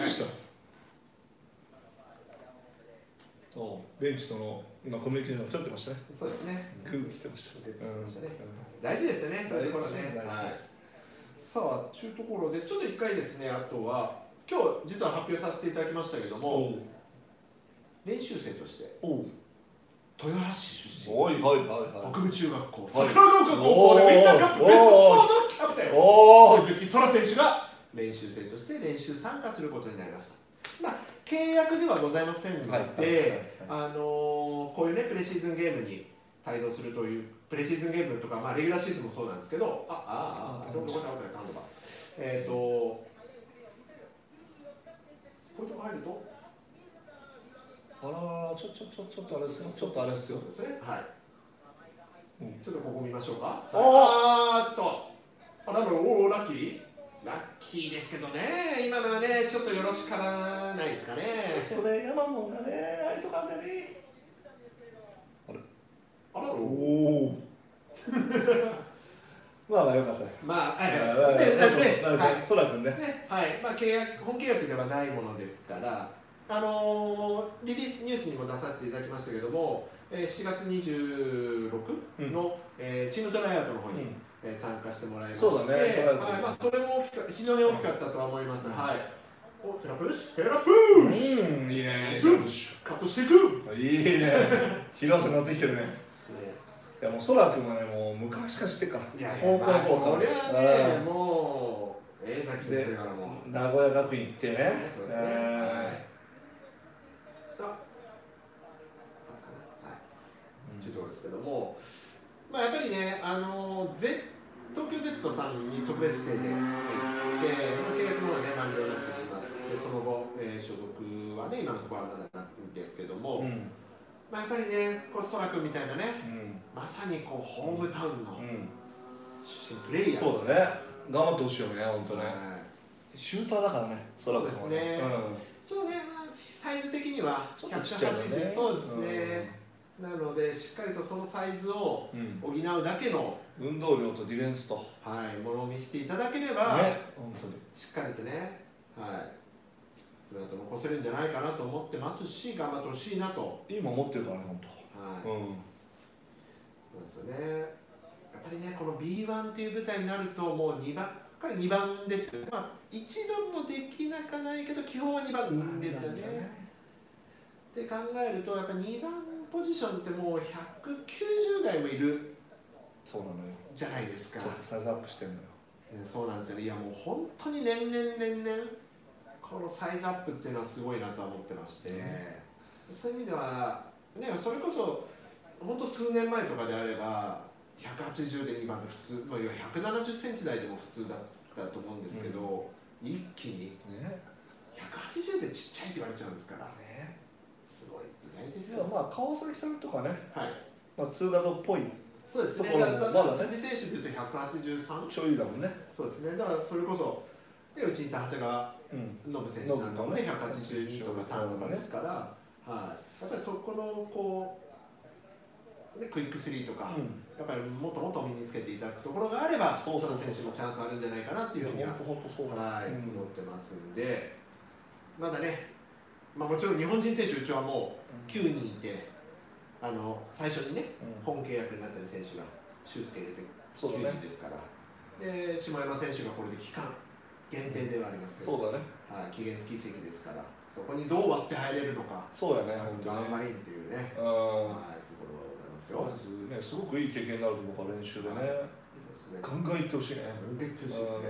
そう、ベンチとの今コミュニケーションを取ってましたね。 そうですね。 グーつってました。 大事ですよね、そういうところね。はい。さあ、というところで、ちょっと一回ですね、あとは今日実は発表させていただきましたけども。練習生として豊橋市出身、 はいはいはい北部中学校、桜ヶ丘高校でウィンターカップベストフォーのキャプテン鈴木空選手が練習生として練習参加することになりました。まあ契約ではございませんので、あのこういうねプレシーズンゲームに帯同するというプレシーズンゲームとかまあレギュラーシーズンもそうなんですけど、ああああどこだどこだ頼むばえっとポイントが入ると。 あらちょちょちょちょっとあれですよ、ちょっとあれですよ。 そうですね。はい。うん、ちょっとここ見ましょうか。 あーっと、あらのおおラッキー。ラッキーですけどね、今のはねちょっとよろしからないですかね。 ちょっとね山門がねあいとかんでね。あれ。 あらおお。まあまあよかった。 まあ、はい、 はい、そらくんね。 はい、まあ契約本契約ではないものですから。あのー、リリースニュースにも出させていただきましたけども、えー、しがつにじゅうろくの、うんえー、チームトライアウトの方に、うんえー、参加してもらいまして、そうだね、はいまあ、それも大きか非常に大きかったとは思います。うん、はい。おテラプッシュテラプッシュ、うん、いいね。カットしていく。いいね。広さになってきてるね。いやもうそらくんはねもう昔から知ってるから。いや高校の頃から。そりゃねもう江崎先生からも名古屋学院行ってね。そうですね。はいというところですけども、まあ、やっぱりね、あのー、Z 東京 Z さんに特別指定で行って、まあ、契約の方がね満了になってしまって、その後、えー、所属はね今のところはまだなんですけども、うん、まあ、やっぱりね、こう空くんみたいなね、うん、まさにこうホームタウンの出身プレイヤー、そうだね、頑張ってほしいよね、本当ね。はい、シューターだからね、空くんはね。そうですね。うん、ちょっとね、まあ、サイズ的にはひゃくはちじゅう、ね、そうですね。うんなのでしっかりとそのサイズを補うだけの、うん、運動量とディフェンスと、はい、ものを見せていただければ、ね、本当にしっかりとね、はい、それだと残せるんじゃないかなと思ってますし、頑張ってほしいなと。今持ってるからね、本当。はい。うん。そうですよね。やっぱりね、この ビーワン っていう舞台になると、もうにばん、彼にばんですよね。まあ、いちばんもできなかないけど、基本はにばんなんですよね。って考えると、やっぱりにばんポジションってもうひゃくきゅうじゅうだいもいるそうなのよじゃないですか。ちょっとサイズアップしてんのよ。そうなんですよね。いやもう本当に年々年々このサイズアップっていうのはすごいなと思ってまして、うん、そういう意味ではね、それこそ本当数年前とかであればひゃくはちじゅうでにばんって普通、まあ、ひゃくななじゅっセンチ台でも普通だったと思うんですけど、うん、一気にひゃくはちじゅうでちっちゃいって言われちゃうんですからね。すごい時代ですよ。まあ川崎さんとかね、はい、まあツーガードっぽいそうですね。だから辻選手でいうとひゃくはちじゅうさんちょいだもんね。 そうですね。だからそれこそ、でうちにいた長谷川信選手なんかもね、ひゃくはちじゅうにとかさんとかですから、はい。やっぱりそこのこう、ね、クイックスリーとか、うん、やっぱりもっともっと身につけていただくところがあれば、その選手もチャンスあるんじゃないかなというふうには、はい、思ってますんで、まだね、まあ、もちろん日本人選手、うちはもうきゅうにんいて、あの最初にね、うん、本契約になっている選手が俊介入れてきゅうにんですから、で下山選手がこれで期間限定ではありますけど、 そうだね、 はい、期限付き席ですから、そこにどう割って入れるのか、 そうだね、 ガンマリンっていうね、はい、ところでございますよ。 まずね、すごくいい経験になると思うから、練習でね、はい、そうですね、ガンガンいってほしいね。 ガンガンいってほしいですね。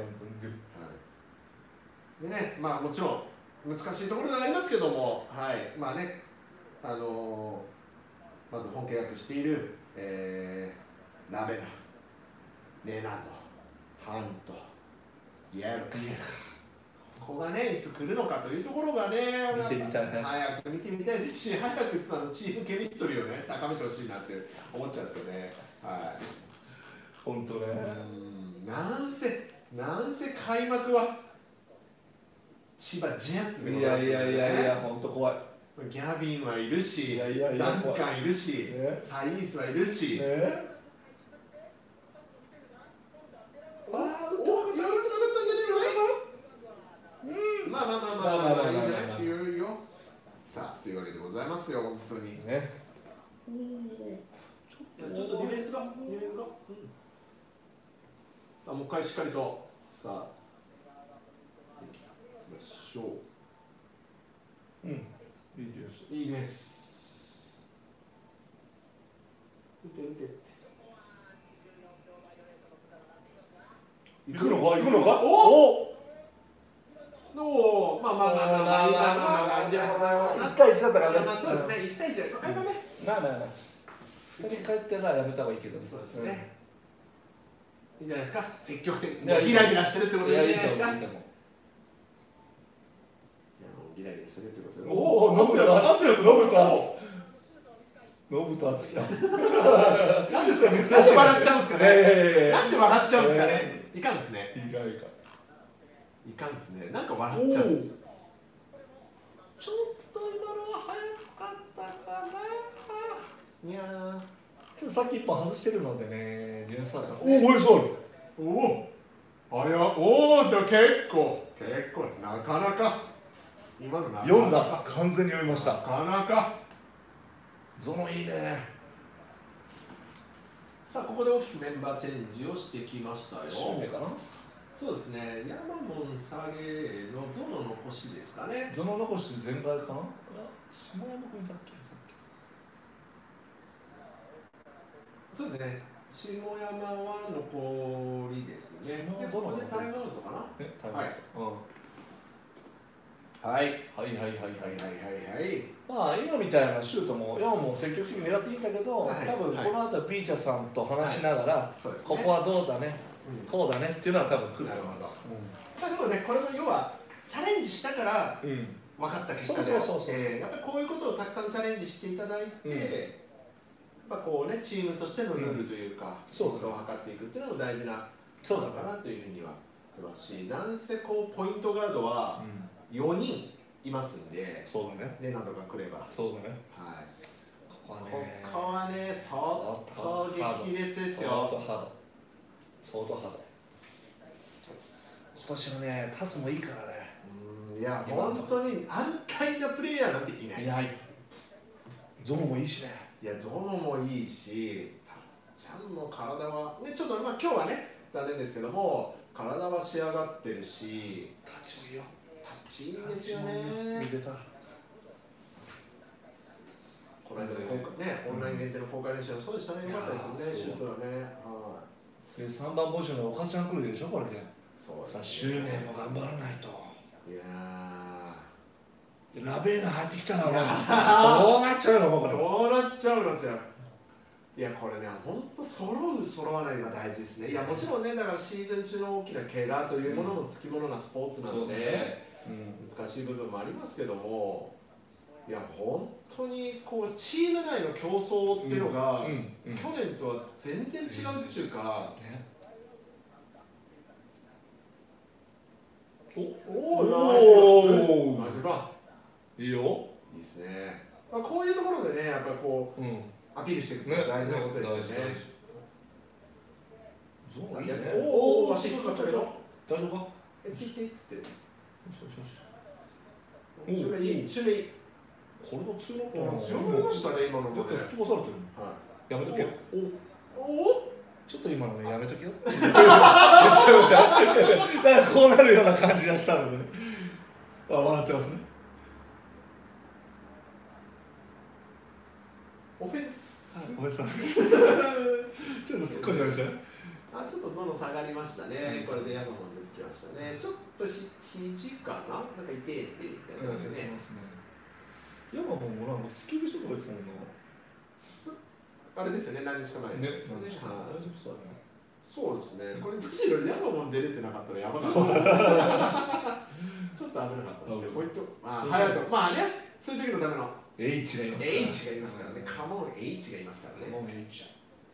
はい、でね、まあもちろん難しいところがありますけども、はい、まあね、あのー、まず本契約している、えー、ラベナ、レナード、ハント、イエルカ、ここがね、いつ来るのかというところがね、 見てみたいね、 早く見てみたいですし、早くあのチームケミストリーをね、高めてほしいなって思っちゃうんですよね。はい。 本当ね。 なんせ、なんせ開幕は千葉ジェッツでございますね。いやいやいやいや、本当怖い。 ギャビンはいるし、ダンカンいるし、サイースはいるし。ああ、おお、やる気なかったんじゃねえのかい。まあまあまあまあまあ、いいんじゃない。いよいよ。さあ、というわけでございますよ、本当に。ね。ちょっとディフェンスが、ディフェンスが。さあ、もう一回しっかりと。さあ。いきましょう。うん。いいです。いいです。打て打てって。 行くのか行くのか。 おお。まあまあまあまあまあまあまあまあじゃあ一対一だったからね。 まあそうですね。一対一で。あのね。 なあなあなあ。二人帰ってなやめた方がいいけど。 そうですね。いいんじゃないですか。積極的にギラギラしてるってことでいいんじゃないですか。ギラギラしてるってことで。 おお、ノブと熱い、ノブと熱い。ノブと熱きた。 なんですか、なんで笑っちゃうんですかね。なんで笑っちゃうんですかね。いかんですね。 いかんいかん。 いかんですね。なんか笑っちゃうんです。 ちょっと今のは早かったかな。 いやー。 ちょっとさっき一本外してるのでね、ディフェンスだから。おお、おいそう。 おお。あれは、おお、じゃ結構、結構なかなか。今の読んだ、完全に読みました。 なかなか。 ゾノいいね。 さあ、ここで大きくメンバーチェンジをしてきましたよ。 周名かな。そうですね。ヤマモン下げのゾノ残しですかね。 ゾノ残し全開かな。下山君だっけ。 そうですね。下山は残りですね。で、ここでタイムアウトかな。 え、タイムアウト。うん。 はい、 はいはいはいはいはいはいはい。 まあ今みたいなシュートもヤマも積極的に狙っていいんだけど、はい、多分この後はピーチャーさんと話しながら、はいね、ここはどうだね、うん、こうだねっていうのは多分来ると思います。 まあでもね、これの要はチャレンジしたから分かった結果で、やっぱりこういうことをたくさんチャレンジしていただいて、うん、まあこうねチームとしてのルールというか、仕事、うん、を図っていくっていうのも大事なそうだかなというふうには思いますし、なんせこうポイントガードは、うんよにんいますんで、 そうだね。 レナードが来れば、 そうだね。 はい。 ここはね、 ここはね、相当激烈ですよ。 相当ハード。相当ハード。今年はね、タツもいいからね。 うん、いや、本当に安泰なプレイヤーなんていない。 いない。ゾノもいいしね。 いや、ゾノもいいし、タッちゃんの体は、ね、ちょっとまあ今日はね、残念ですけども、体は仕上がってるし、 タッチもいいよ。 タッチいいんですよね。 見れた。 この間の今回ね、オンライン限定の公開練習はそうでしたね。良かったですよね、シュートはね。はい。 で、さんばんポジションのお母ちゃん来るでしょ、これで。そうですね。執念も頑張らないと。 いやー。ラベーナ入ってきたら、どうなっちゃうの、これ。 どうなっちゃうのじゃ。いや、これね、本当揃う、揃わないが大事ですね。いや、もちろんね、だからシーズン中の大きな怪我というものもつきものなスポーツなので、うん、難しい部分もありますけども、 いや本当にこうチーム内の競争っていうのが、うんうんうん、去年とは全然違うっていうか、ね、おおおナイスバーいいよいいですね、まあ、こういうところでねやっぱりこう、うん、アピールしていくのが大事なことですよね。そうね。おお足引っかかったよ。大丈夫か？えってってっつって。よしよしよし。守備いい守備いい。これも強かったな。強まりましたね今のもね。吹っ飛ばされてる。はい。やめとけよ。おお。ちょっと今のねやめとけよ。言っちゃいました。なんかこうなるような感じがしたのでね。あ笑ってますね。オフェンス。ごめんなさい。ちょっと突っ込んじゃいましたね。あちょっとどんどん下がりましたね。これでヤマモン出てきましたね。ちょっとひ肘かな。なんか痛いってやってますね。ヤマモンもなんか突き指とかですもんな。あれですよね。何日か前ですよね。大丈夫そうだね。そうですね。これむしろヤマモン出れてなかったらやばかった。ちょっと危なかったですね。ポイント。まあ隼人まあね。そういう時のための。H がいますから。H がいますからね。カモン H がいますからね。カモン H。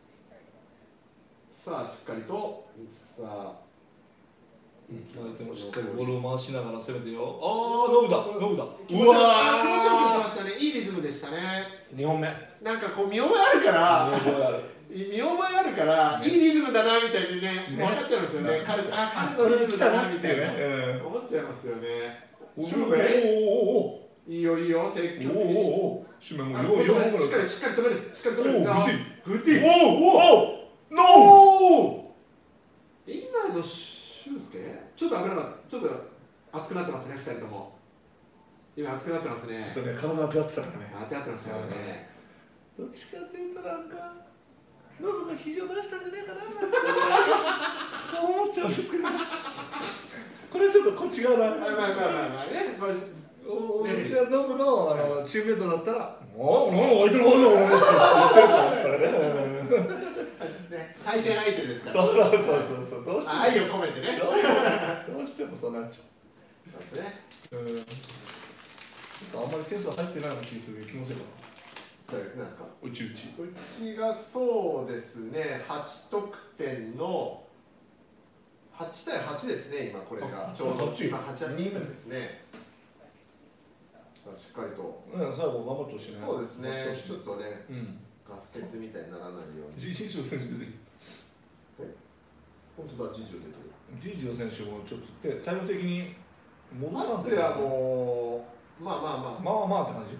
さあしっかりとさあ相手もしっかりボールを回しながら攻めてよ。ああノブだノブだ。うわー気持ちよく打ちましたね。いいリズムでしたね。にほんめなんかこう見覚えあるから見覚えある見覚えあるからいいリズムだなみたいにね分かっちゃいますよね。彼あ彼のリズムだなみたいな思っちゃいますよね。シュウメイいいよいいよ積極的にシュウメイもしっかりしっかり止めるしっかり止める。グッティおおノー今のシュウスケちょっと危なかった。ちょっと熱くなってますね、ふたりとも。今熱くなってますね。ちょっとね、体当て合ってたからね。当て合ってましたからね。どっちかっていうとなんか、ノブが肘を出したんじゃないかななんて思っちゃうんですけど。これはちょっとこっち側な。まあまあまあまあね。うちはノブのあのチームメイトだったら、おお、相手の方のって言ってるからね。対戦相手ですから。そうそうそうそう。どうしても愛を込めてね。どうしてもそうなっちゃう。そうですね。うん。あんまり点数入ってないような気がする気のせいかな。何ですか？うちうち。うちがそうですね。はち得点のはち対はちですね。今これがちょうど今はちイーブンですね。さあしっかりと。うん。最後頑張ってほしいね。そうですね。ちょっとね。うん。ガス欠みたいにならないように。ジジジョ選手出てきた。本当だ、ジジョ出てる。ジジョ選手もちょっとタイム的に戻さんと。松也もまあまあまあまあまあって感じ。うん、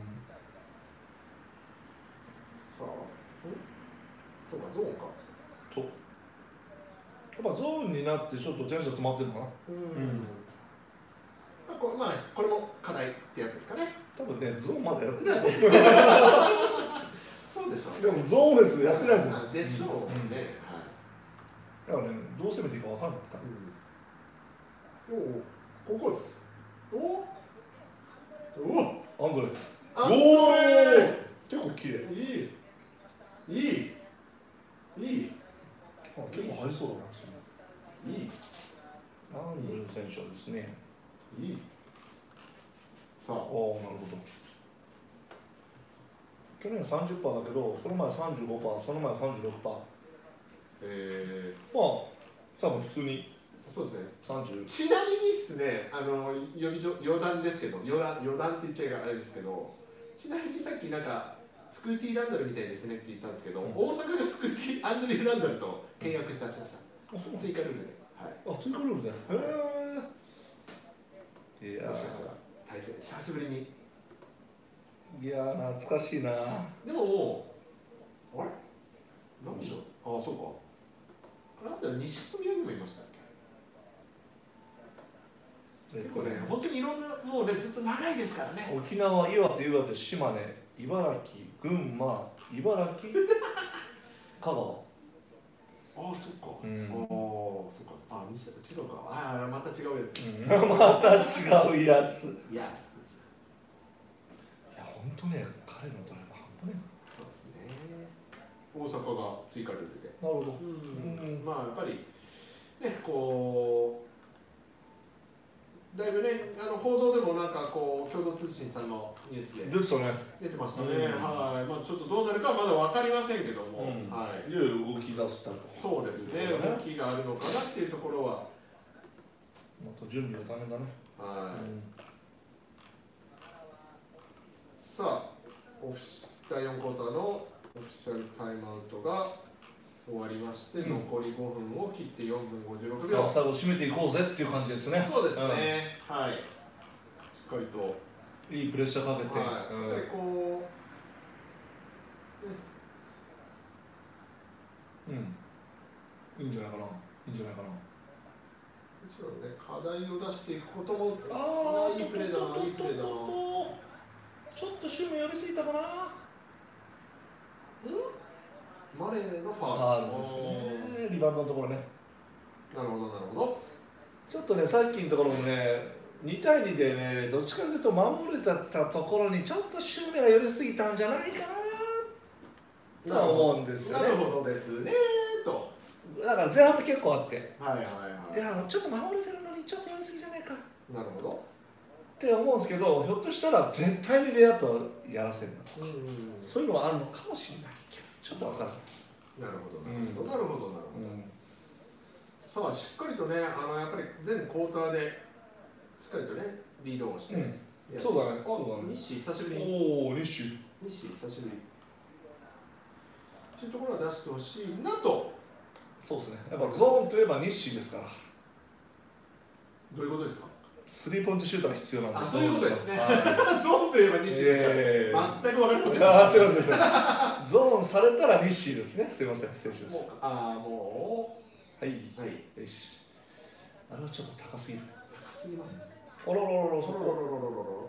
さあ、そうかゾーンか。そう。やっぱゾーンになってちょっと点数止まってるのかな。うん。うん、これまあこれも課題ってやつですかね。多分ねゾーンまだやってないと思う。そうでしょう、ね。でもゾーンオフェンスやってないと思う。でしょうね。はい。だからね、どう攻めていいか分かんなかった。うん、おお、ここです。おお、アンドレ。おお、結構綺麗。いい。いい。いい。あ、結構入りそうだな。いい。アンドレ選手はですね。いい。さあ、おお、なるほど。去年 さんじゅっパーセント だけど、その前 さんじゅうごパーセント、その前 さんじゅうろくパーセント。えー、まあ、多分普通に。そうですね。さんじゅうちなみにですね、あの余談ですけど、余談余談って言っちゃいあれですけど、ちなみにさっきなんかスクーティーランドルみたいですねって言ったんですけど、うん、大阪がスクーティーアンドリューランドルと契約したしました。あ、そう追加ルールで。はい。あ、追加ルールで。へえ。いやー、もしかしたら対戦久しぶりに。いやー懐かしいな。でももうあれ何でしょう。ああそうか。あなた西宮にもいましたっけ？結構ね本当にいろんなもうねずっと長いですからね。沖縄、岩手、岩手、島根、茨城、群馬、茨城、香川。ああそっか。うん、ああそっか。あ西違うか。ああまた違うやつ。うん、また違うやつ。いや。本当ね、彼のドライブ半端ねえ。そうですね。大阪が追加ルールで。なるほど。うん、まあやっぱりねこだいぶね、あの報道でもなんかこう共同通信さんのニュースで出てたね。 出てましたね。うん、はい、まあちょっとどうなるかはまだわかりませんけども、うん、はい。 いろいろ動き出したと。 そうですね。動きがあるのかなっていうところは。 また準備が大変だね。 はい。うん、さあ、オフィだいよんクォーターのオフィシャルタイムアウトが終わりまして、うん、残りごふんを切ってよんぷんごじゅうろくびょう。 最後締めていこうぜっていう感じですね。 そうですね。うん、はい。しっかりといいプレッシャーかけて、 はい、うん、やっぱりこう、ね、 うん、いいんじゃないかな。いいんじゃないかな。 もちろんね、課題を出していくことも、ああ、いいプレーだな、いいプレーだな。 ちょっとシューメ寄りすぎたかな。 うん？マレーのファウル。ファウルですね。リバウンドのところね。 なるほど、なるほど。 ちょっとね、さっきのところもね、にたいにでね、どっちかというと守れたところにちょっとシューメが寄りすぎたんじゃないかなと思うんですよね。 なるほどですねと。 だから前半も結構あって、 はいはいはい。 いや、ちょっと守れてるのにちょっと寄りすぎじゃないか。 なるほど。 って思うんですけど、ひょっとしたら絶対にレイアップをやらせるのとか、 うんうん、 そういうのはあるのかもしれないけど、ちょっとわからない。 なるほど、なるほど、なるほど、なるほど。うん、さあ、しっかりとね、あのやっぱり全クォーターでしっかりとね、リードをして、うん、 そうだね、そうだね。 日誌久しぶりに。おお、日誌。 日誌久しぶり。というところは出してほしいなと。 そうですね。やっぱゾーンといえば日誌ですから。 どういうことですか？ スリーポイントシュートが必要なんで。 あ、そういうことですね。ゾーンといえば日誌ですから。全く分かりません。 あ、すみません。ゾーンされたら日誌ですね。すみません、失礼しました。 ああ、もう。はい。 はい。 よし。あれはちょっと高すぎる。 高すぎます。 おろろろろ、 そろろろろろろ。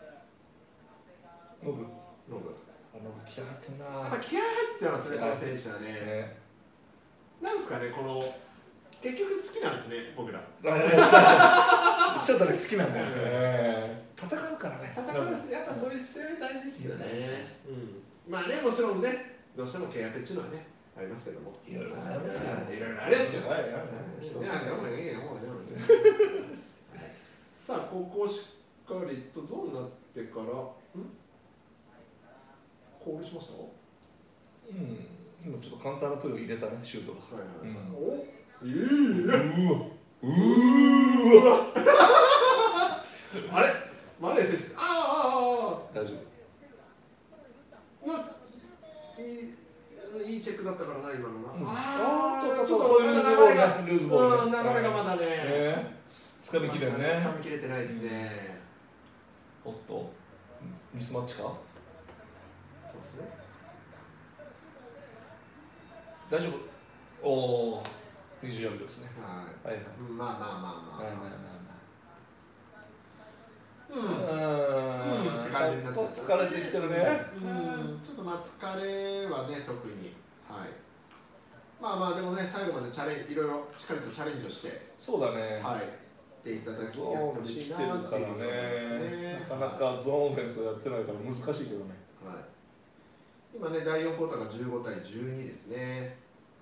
ノブ。 ノブ。 あ、ノブ気合入ってんな。 やっぱ気合入ってますね、この選手はね。なんですかね、この。結局好きなんですね、僕ら。 ちょっとね、好きなんだよね。戦うからね。 戦う、やっぱそういう姿勢大事ですよね。うん。まあね、もちろんね、どうしても契約っていうのはね、ありますけども。 いろいろありますよ。 いろいろありますよ。いや、でもいいよ、もうでも。さあ、ここしっかりとゾーンになってから、ん？コールしました？ うん。今ちょっと簡単なプレーを入れたね、シュートが。 はいはいはい。お？いいね。うわ。 うわ。 あれ？マレー選手。ああああ。 大丈夫。いいいいチェックだったからな今のな。 ああ、 ちょっとルーズボールね。ルーズボール。 流れがまだね。 つかみきれんね。 つかみきれてないですね。 おっと。ミスマッチか？そうですね。 大丈夫。おお。にじゅうよんびょうですね。 はいはい。まあまあまあまあ。はいはいはい。うん。うん。って感じになっちゃった。 疲れてきてるね。 うん。ちょっとまあ疲れはね特に。はい。まあまあでもね最後までチャレンジいろいろしっかりとチャレンジをして。 そうだね。 はい。っていただきやってほしいなっていうね。なかなかゾーンオフェンスをやってないから難しいけどね。 はい。今ねだいよんクォーターがじゅうごたいじゅうにですね。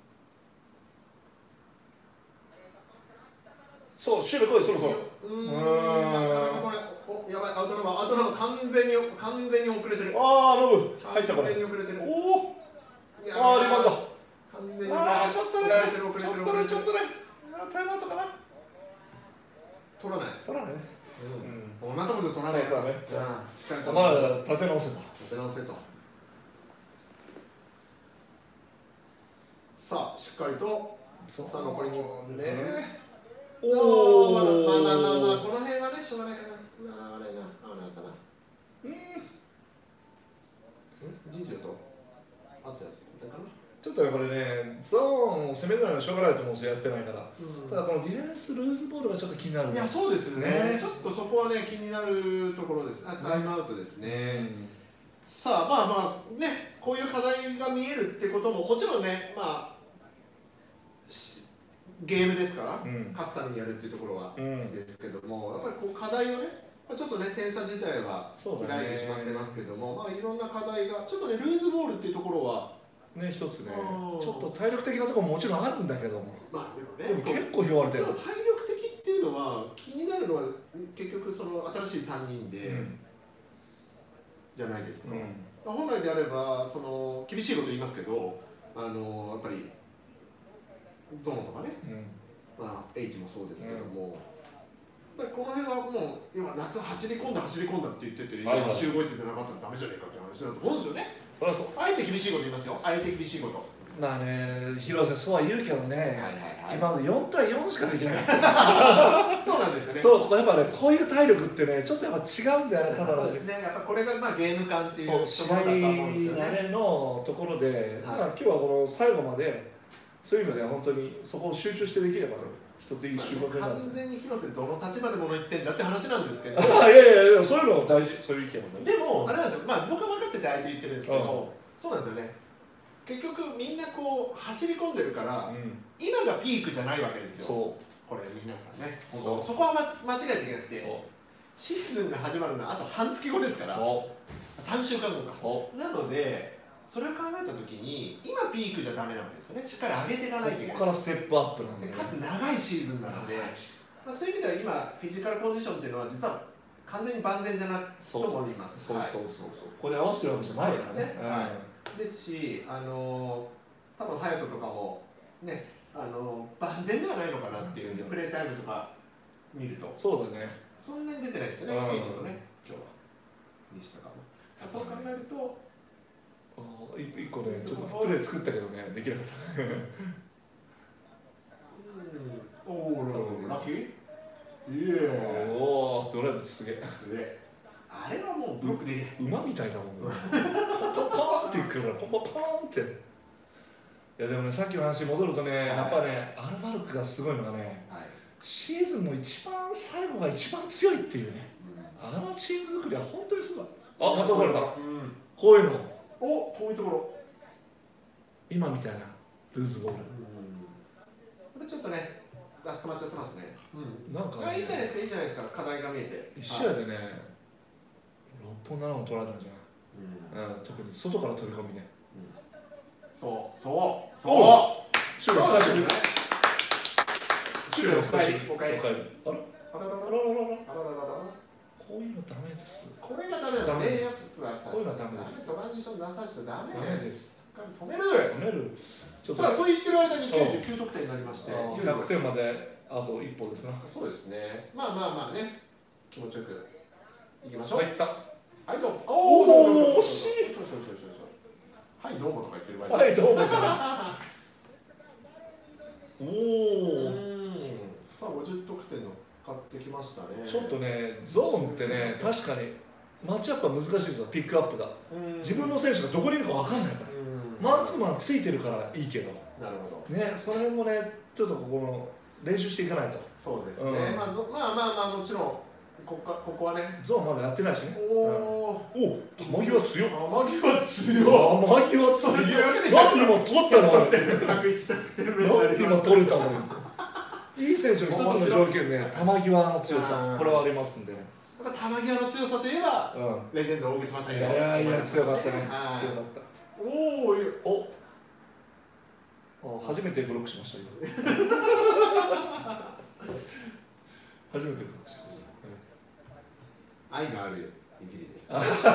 そう、守備来い、そろそろ。 うーん、これ、お、やばい、アウトナンバー、アウトナンバー、完全に、完全に遅れてる。 ああ、ノブ、入ったから。 完全に遅れてる。 おお。ああ、リバウンド。 完全に。 ああ、ちょっとね。 遅れてる、遅れてる、 ちょっとね、ちょっとね。タイムアウトかな。 取らない。 取らない。 うん。こんなところで取らない。 そうだね。 じゃあ、しっかりと。 まだ立て直せと。 立て直せと。さあ、しっかりと。さあ、残りに。 ね。 おお、まあまあまあまあ、この辺はね、しょうがないかな。あれな、あれかな。うん。ジージョと。あつやってかな。 ちょっとね、これね、ゾーンを攻めるのはしょうがないと思うんですよ、やってないから。うん、ただ、このディフェンスルーズボールがちょっと気になる。 いや、そうですね。ねちょっとそこはね、気になるところです。あ、タイムアウトですね。うん、さあ、まあまあ、ね、こういう課題が見えるってことも、もちろんね、まあ。ゲームですから、うん、勝つためにやるっていうところは、うん、ですけども、やっぱりこう課題をね、ちょっとね、点差自体は開いてしまってますけども、まあいろんな課題が、ちょっとね、ルーズボールっていうところは、 ね、一つね、ちょっと体力的なところももちろんあるんだけども、 まあでもね、 でも結構言われてる。 でも体力的っていういうのは気になるのは結局その新しいさんにんで、うん、じゃないですか、うん、本来であればその厳しいこと言いますけどあのやっぱりゾーンとかね、うん、まあ、H もそうですけども、うん、やっぱりこの辺はもう要は夏走り込んだ走り込んだって言ってて、はいはい、足動いててなかったらダメじゃねえかって話だと思うんですよね。そそうあえて厳しいこと言いますよ。あえて厳しいこと。 まあね、広瀬そうは言うけどね、はいはいはい、今までよんたいよんしかできないそうなんですよね。 そう、やっぱね、こういう体力ってね、ちょっとやっぱ違うんだよね、ただの。 そうですね、やっぱこれがまあゲーム感っていうところだと思うんですよね。試合のところで、はい、まあ、今日はこの最後まで、そういう意味では本当にそこを集中してできればね、一ついい収穫になる。 完全に広瀬、どの立場で物言ってんだって話なんですけど、 いやいやいや、そういうの大事、そういう意見もね。でも、あれなんですよ、まあ、僕は分かってて相手言ってるんですけど、そうなんですよね。結局みんなこう走り込んでるから、うん、今がピークじゃないわけですよ。そうこれ皆さんね、そこは、ま、間違えちゃいけなくて、シーズンが始まるのはあと半月後ですから、さんしゅうかんごか。なのでそれを考えた時に今ピークじゃダメなわけですよね。しっかり上げていかないといけない。 ここからステップアップなんで、 ね、かつ長いシーズンなので、まあ、そういう意味では今フィジカルコンディションっていうのは実は完全に万全じゃなくと思います。 そうそうそうそう、これ合わせてるわけじゃないですね。 はい、ですし、あのー、多分隼人とかもね、あのー、万全ではないのかなっていう、プレータイムとか見ると。 そうだね。 そんなに出てないですよね、フィーチのね、今日は。西とかも。そう考えると、 一個ね、ちょっとプレー作ったけどね、できなかった。うん、 おお、ラッキー？イエー。 おお、ドライブすげえ。 すげえ。あれはもうブロックできない。 馬みたいだもんね。ポンポンっていくからポンポンポンって。いやでもね、さっきの話に戻るとね、はい、やっぱね、アルバルクがすごいのがね、はい、シーズンの一番最後が一番強いっていうね、うん、あのチーム作りは本当にすごい。あ、またこれだ、うん、こういうの。 お、遠いところ。 今みたいなルーズボール。うん、 これちょっとね、出し止まっちゃってますね。 うん、なんか、 ね、いいじゃないですか、いいじゃないですか、課題が見えて。 一試合でね、ろっぽんななほん取られたんじゃない、うんうん、特に外から飛び込みね。うん、そうそうそうシュート久しぶり。シュート久しぶり。 おかえり。あらあらららららららら。 こういうのダメです。 これがダメなんです。 こういうのはダメです。 トランジション出させちゃダメです。 止める。 止める。 さあと言ってる間にきゅうじゅうきゅう得点になりまして、 ひゃくてんまであと一歩ですな。 そうですね。まあまあまあね、気持ちよくいきましょう。 入った。 はいどうも。 おお、惜しい。 はいどうもとか言ってる場合。 はいどうもじゃない。おお。 さあごじゅう得点の買ってきましたね。 ちょっとね、ゾーンってね、確かにマッチアップは難しいですよ、ピックアップが。自分の選手がどこにいるか分かんないから。マンツーマンついてるからいいけど。 なるほど。 ね、その辺もね、ちょっとここの練習していかないと。 そうですね。うん、まあ、まあまあまあもちろんここかここはね。 ゾーンまだやってないしね。おお。お、球際強い。 球際強い。 球際強い。何今取ったの？何今取れたの？いい選手の一つの条件ね、球際の強さ、これはありますんでね。 やっぱ球際の強さといえば、うん、レジェンド大口正弘。 いやいや強かったね。強かった。 おお、 お、初めてブロックしましたよ。初めてブロックしました。 愛のあるいじりです。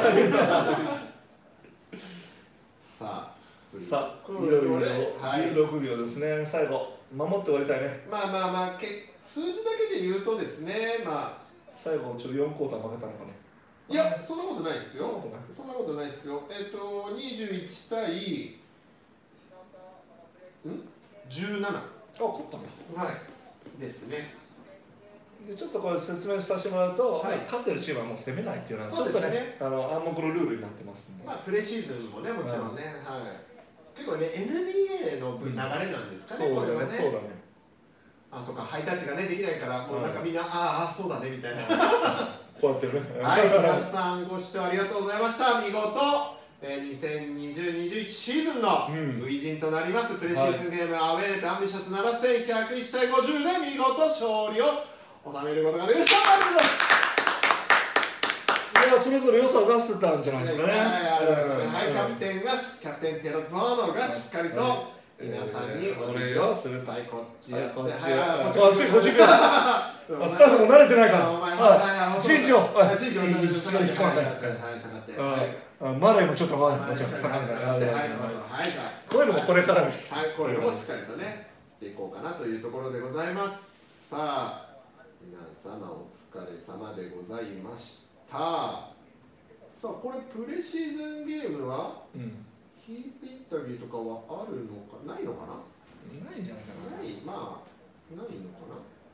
さあ、 さあ、いよいよじゅうろくびょうですね。最後守って終わりたいね。 まあまあまあ、け数字だけで言うとですね、まあ最後ちょっとよんクォーター負けたのかね。 いや、そんなことないですよ。そんなことないですよ。えっと、にじゅういちたいじゅうなな。あ、 勝ったね。 はい。ですね。 でちょっとこれ説明させてもらうと、はい、勝ってるチームはもう攻めないっていうのはちょっとね、あの暗黙のルールになってますんで。 まあプレシーズンもね、もちろんね、はい。結構ね、エヌビーエー の流れなんですかね、これはね。そうだね。あ、そうか、ハイタッチがねできないから、もうなんかみんな、ああ、そうだねみたいな。 こうやってね。 はい、皆さんご視聴ありがとうございました。見事、えー、にせんにじゅう、にじゅういちシーズンの初陣となります、うん、プレシーズンゲーム、はい、アウェーアンビシャスななせんひゃくいちたいごじゅうで見事勝利を収めることができました。 いや、それぞれ良さを出してたんじゃないですかね。 はい、キャプテンが、キャプテンテロゾーノがしっかりと、はい、 皆さんにお礼をすると。 はい、こっちやって、 こっちはいあ、ついこっち行く。スタッフも慣れてないから。はい、チーチを。はい、 チーチを。はい、下がって。はい、 マレーもちょっと前にちょっと下がって。はい、こういうのもこれからです。 はい、これもしっかりとね、していこうかなというところでございます。さあ、皆様お疲れ様でございました。さあ、これプレシーズンゲームは、うん、ヒープインタビューとかはあるのか、ないのかな？ ないんじゃないかな。 ない、まあ、ないのか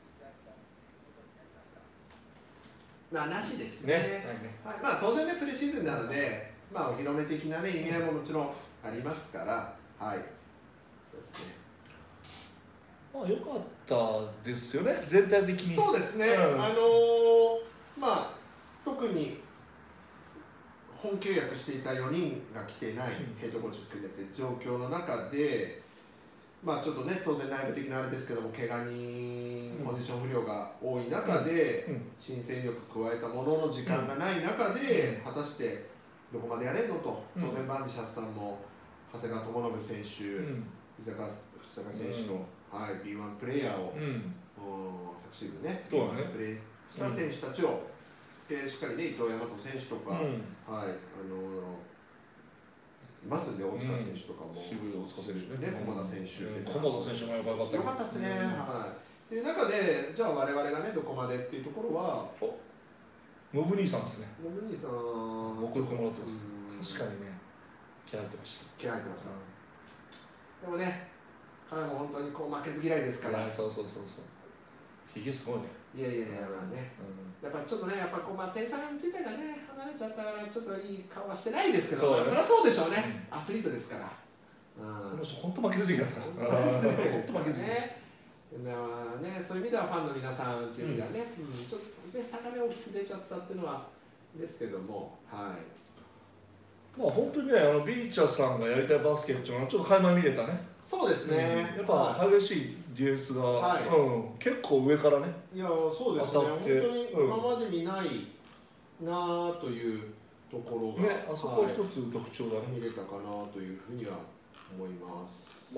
な。な、なしですね。ね、はい、まあ、当然ね、プレシーズンなので、まあ、お披露目的なね、意味合いももちろんありますから、はい。そうですね。 まあ、良かったですよね、全体的に。 そうですね。うん、あのー、まあ、特に。本契約していたよにんが来てない、ヘッドコーチ含めて状況の中で、まあちょっとね、当然内部的なあれですけども、怪我人、ポジション不良が多い中で、新戦力加えたものの時間がない中で、果たしてどこまでやれるのと、当然、バンビシャスさんも長谷川智信選手、藤坂選手の、はい、ビーワン プレイヤーを、昨シーズンね、プレーした選手たちを、でしっかりね、伊藤大和選手とか、うん、はい、あのいますんで、大塚選手とかも、うん、 渋谷大塚選手ね、駒田選手、 駒田選手もよかった。 よかったですね、はい。という中で、じゃあ、我々がね、どこまでっていうところは、 ノブ兄さんですね。 ノブ兄さん、 ご協力もらってます。確かにね、気合入ってました。 気合入ってました。でもね、彼も本当にこう負けず嫌いですから。 そうそうそうそう。ひげすごいね。 いやいやいや、まあね、うん、やっぱちょっとね、やっぱこう、まあ、店さん自体がね、離れちゃったから、ちょっといい顔はしてないですけど、そりゃそうでしょうね、うん、アスリートですから。 この人、本当負けず嫌いだから。本当負けず嫌い。 ね、そういう意味ではファンの皆さんっていう意味ではね、うん、ちょっとね、差が大きく出ちゃったっていうのは、ですけども、はい。 まあ本当にね、あのビーチャーさんがやりたいバスケっていうのはちょっと垣間見れたね。 そうですね。 うん、やっぱ激しいディフェンスが、はい、うん、結構上からね。 いやそうですね。本当に今までにないなというところが、 ね、あそこは一つ特徴だね、はい。 見れたかなというふうには思います。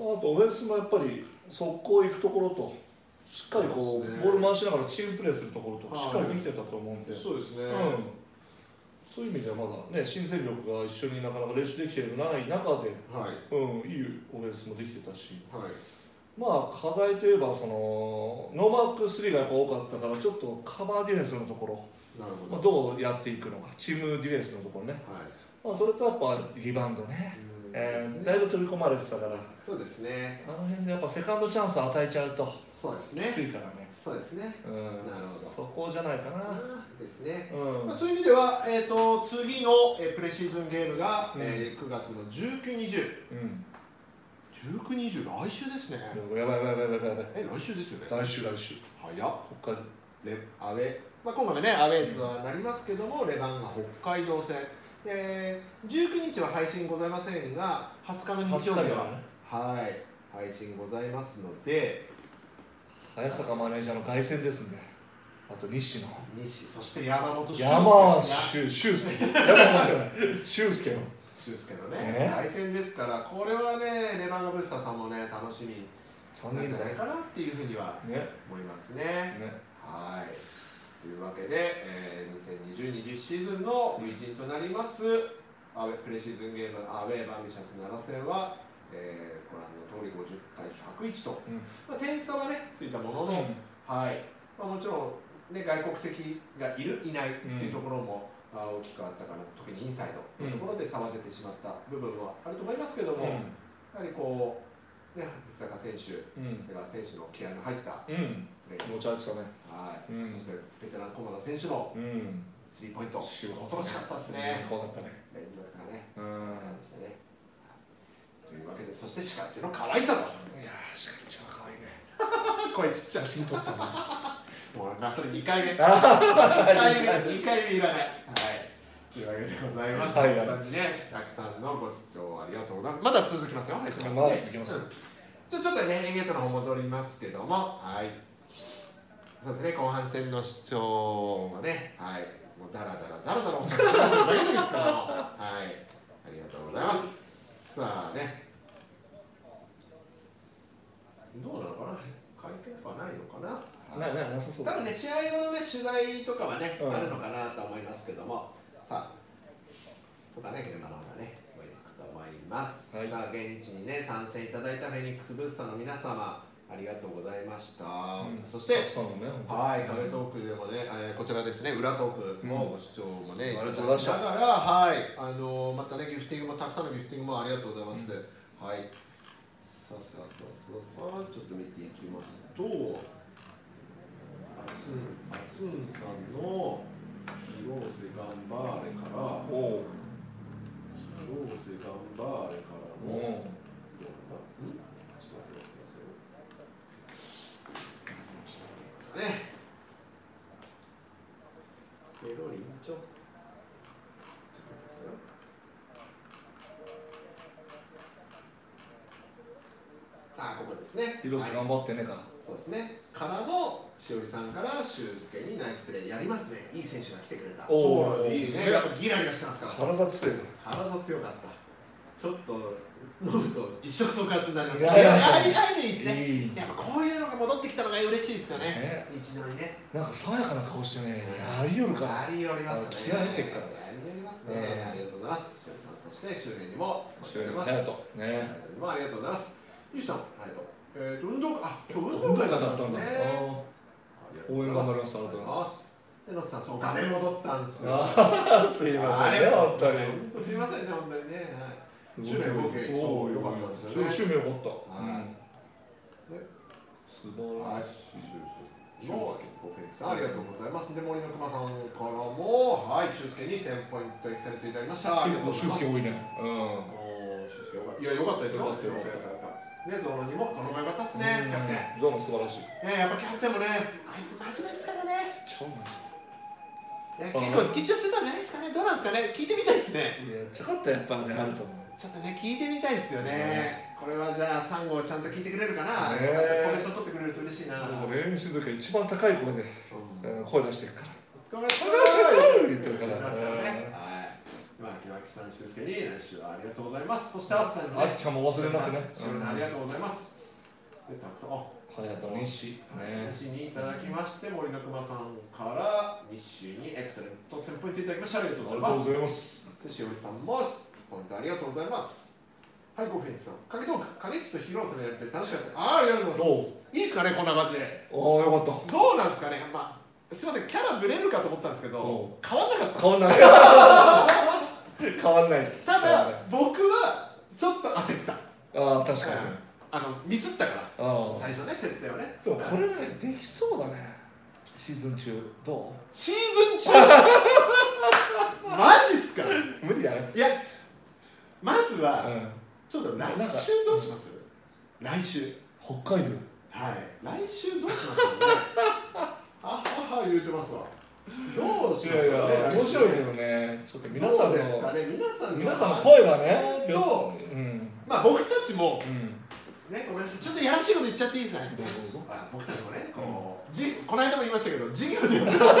まああとオフェンスもやっぱり速攻行くところと。しっかりこう、ね、ボール回しながらチームプレーするところとしっかりできてたと思うんで、 そうですね、うん、 そういう意味ではまだね、新戦力が一緒になかなか練習できているない中で、はい、うん、いいオフェンスもできてたし、はい、まあ課題といえばそのノーマークスリーがやっぱ多かったからちょっとカバーディフェンスのところ、なるほど、まあ、どうやっていくのか、チームディフェンスのところね、はい、まあそれとやっぱリバウンドね、えー、だいぶ飛び込まれてたから、 そうですね、 あの辺でやっぱセカンドチャンス与えちゃうと、 そうですね、 きついからね。 そうですね。 うん、なるほど。そこじゃないかな。 ですね。うん、まあそういう意味では、えっ、ー、と次の、えー、プレシーズンゲームが、うん、えー、くがつのじゅうく、にじゅう。うん。じゅうく、にじゅう来週ですね。 やばいやばいやばいやばいやばい。 え来週ですよね。 来週来週。 早っ。北海道。レアウェー。まあ今回はねアウェーとはなりますけども、レバンが北海道戦。えー、じゅうくにちは配信ございませんが、はつかの日曜日は、ね、はい配信ございますので。 早坂マネージャーの凱旋ですね。あと西野。 西、そして山本修介。 山修修介。山本じゃない。修介の。 修介のね。凱旋ですから、これはね、レバンガブスタさんもね、楽しみなんじゃないかなっていうふうには思いますね。ねはい。というわけで、えー、にせんにじゅう、にじゅういちシーズンの初陣となります、アウェプレシーズンゲームアウェーバンビシャスなな戦は、えー、ご覧の通りごじゅうたいひゃくいちと、うん、まあ、点差はねついたものの、うん、はい、まあ、もちろん、ね、外国籍がいるいないっていうところも、うん、あ大きくあったかな、特にインサイドのところで差は出てしまった部分はあると思いますけども、うん、やはりこう、ね、藤坂選手、瀬川選手の気合の入ったプレー、 持ち味したね、 はい、そしてベテラン駒田選手のスリーポイント、恐ろしかったですね。 怖かったね。 連続がね、感じでしたね。というわけで、そしてシカッチの可愛さと。 いやー、シカッチは可愛いね。 声ちっちゃい。 写真撮ったね。 もうな、それにかいめ。にかいめ、にかいめいらない。はい。というわけでございます。はい、本当にね、たくさんのご視聴ありがとうございます。まだ続きますよ。はい、 まだ続きます。 じゃあちょっとね、エンゲートの方戻りますけども、はい。そうですね、後半戦の視聴はね、はい。もうダラダラダラダラお話しするだけですけども、はい。ありがとうございます。さあね。 なななさそう。 多分ね、試合後のね、取材とかはね、あるのかなと思いますけども、さあ、そうかね、現場の方がね、ごいくと思います。さあ、現地にね、参戦いただいたフェニックスブースターの皆様、ありがとうございました。そして、はい、影トークでもね、こちらですね、裏トークもご視聴もね、いただきながら、はい、あの、またね、ギフティングも、たくさんのギフティングもありがとうございます。はい。さあさあさあさあさあ、ちょっと見ていきますと、あつん、あつんさんの広瀬頑張れから、広瀬頑張れからの、んちょっと待ってくださいよ。ちょっと待ってくださいですね。ペロリンチョ。さあ、ここですね。 広瀬頑張ってねか。 そうですね。からのしおりさんから俊介にナイスプレーやりますね。いい選手が来てくれた。 おお、 いいね。やっぱギラギラしてますから。 体強い。 体強かった。ちょっと飲むと一触即発になりました。 いやいやいいですね。やっぱこういうのが戻ってきたのが嬉しいですよね。日常にね。 なんか爽やかな顔してね。やりよるか。 やりよりますね。 気合入ってっから。 やりよりますね。ありがとうございます。しおりさん、そして周辺にも周辺にもありがとう。ね。 ありがとうございます。ゆうさん、ありがとう。えっと運動会、あ、今日運動会だったんだね。 応援頑張ります。ありがとうございます。 で、のきさん、そう画面戻ったんですよ。 すいませんね、本当に。 本当すいませんね、本当にね。趣味合計、そう良かったですよね。 趣味良かった。素晴らしい。 のオフェンスありがとうございます。で、森の熊さんからも、はい、俊介にせんポイントエクセレントいただきました。 結構俊介多いね。うん。 俊介いや、良かったですよ。で、ゾノにも、ゾノも良かったですね、キャプテン。 ゾノ素晴らしい。 ね、やっぱキャプテンもね、あいつ真面目ですからね。 超真面目。結構緊張してたんじゃないですかね。どうなんですかね。聞いてみたいですね。 いや、ちょこっとやっぱね、あると思う。 ちょっとね、聞いてみたいですよね。これはじゃあ、サンゴちゃんと聞いてくれるかな。コメント取ってくれると嬉しいな。 練習の時は一番高い声で声出してるから。 お疲れ様です。言ってるから。まあ、木脇さん、俊介に来週はありがとうございます。そして、あつさんに、 あっちゃんも忘れなくね。 しおりさん、ありがとうございます。で、たくさん、あ、 はやと西。 西にいただきまして、森の熊さんから西にエクセレントせんポイントいただきました。ありがとうございます。で、しおりさんもポイントありがとうございます。はい、ゴフェニックさん、影トーク、影地と広瀬のやりたい、楽しかった。ああ、ありがとうございます。いいですかね、こんな感じで。 おお、よかった。 どうなんですかね、まあ、すみません、キャラブレるかと思ったんですけど、変わんなかったです。 変わんない。変わんないです。 ただ、僕はちょっと焦った。 ああ、確かに。 あの、ミスったから、最初ね、設定はね。 でも、これね、できそうだね。シーズン中、どうシーズン中マジっすか無理だね。 いや、まずは、ちょっと来週どうします？来週。 北海道。 はい。来週どうしますかね。あはは言うてますわ。どうしましょうね。 面白いけどね。ちょっと皆さんのですかね。皆さん皆さんの声がね。 と、まあ僕たちもね、ごめんなさい。ちょっとやらしいこと言っちゃっていいですかね。 どうぞ。 僕たちもね、こうじこの間も言いましたけど、授業でやってますので、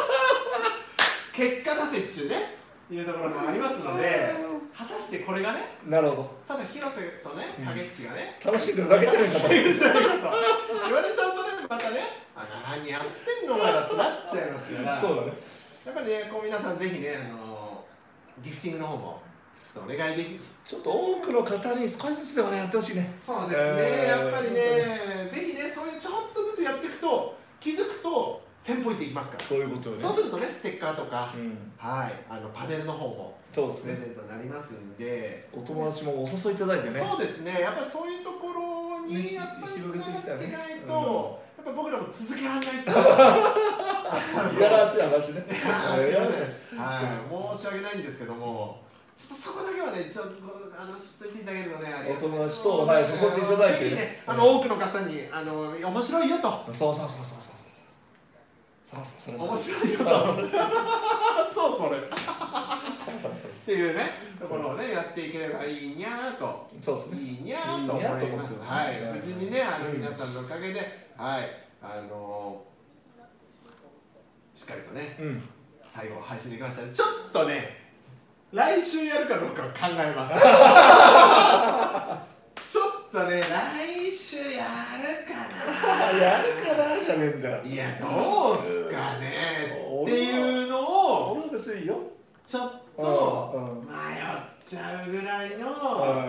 結果出せっちゅうね、いうところもありますので、果たしてこれがね、 なるほど。 ただ広瀬とね、影っちがね、 楽しんでるだけじゃないかと言われちゃうとね、またね。何やってんのお前らってなっちゃいますから。 そうだね。 やっぱりね、こう皆さんぜひね、あのギフティングの方もちょっとお願いできる。 ちょっと多くの方に少しずつでもねやってほしいね。 そうですね。やっぱりね、ぜひね、そういうちょっとずつやっていくと気づくとせんポイントいきますから。 そういうことよね。 そうするとね、ステッカーとか、はい、あのパネルの方もプレゼントになりますんで、 お友達もお誘いいただいてね。 そうですね。やっぱりそういうところにやっぱりつながっていかないと。やっぱ僕らも続けられないと。いやらしい話ね。 はい、申し訳ないんですけども、ちょっとそこだけはね、ちょっとあの知っといていただけるとね、ありがとう。 お友達とはい誘っていただいてね、あの多くの方にあの面白いよと。 そうそうそうそうそう。 そうそう面白いよと。そうそれ。っていうねところをねやっていければいいにゃーと。 そうですね。 いいにゃーと思います。はい、無事にねあの皆さんのおかげで、はいあのしっかりとね最後配信できました。ちょっとね来週やるかどうかは考えます。ちょっとね来週週やるかなやるかなじゃねえんだよ。 いやどうすかねっていうのを俺は別にいいよ。 ちょっと迷っちゃうぐらいの結果か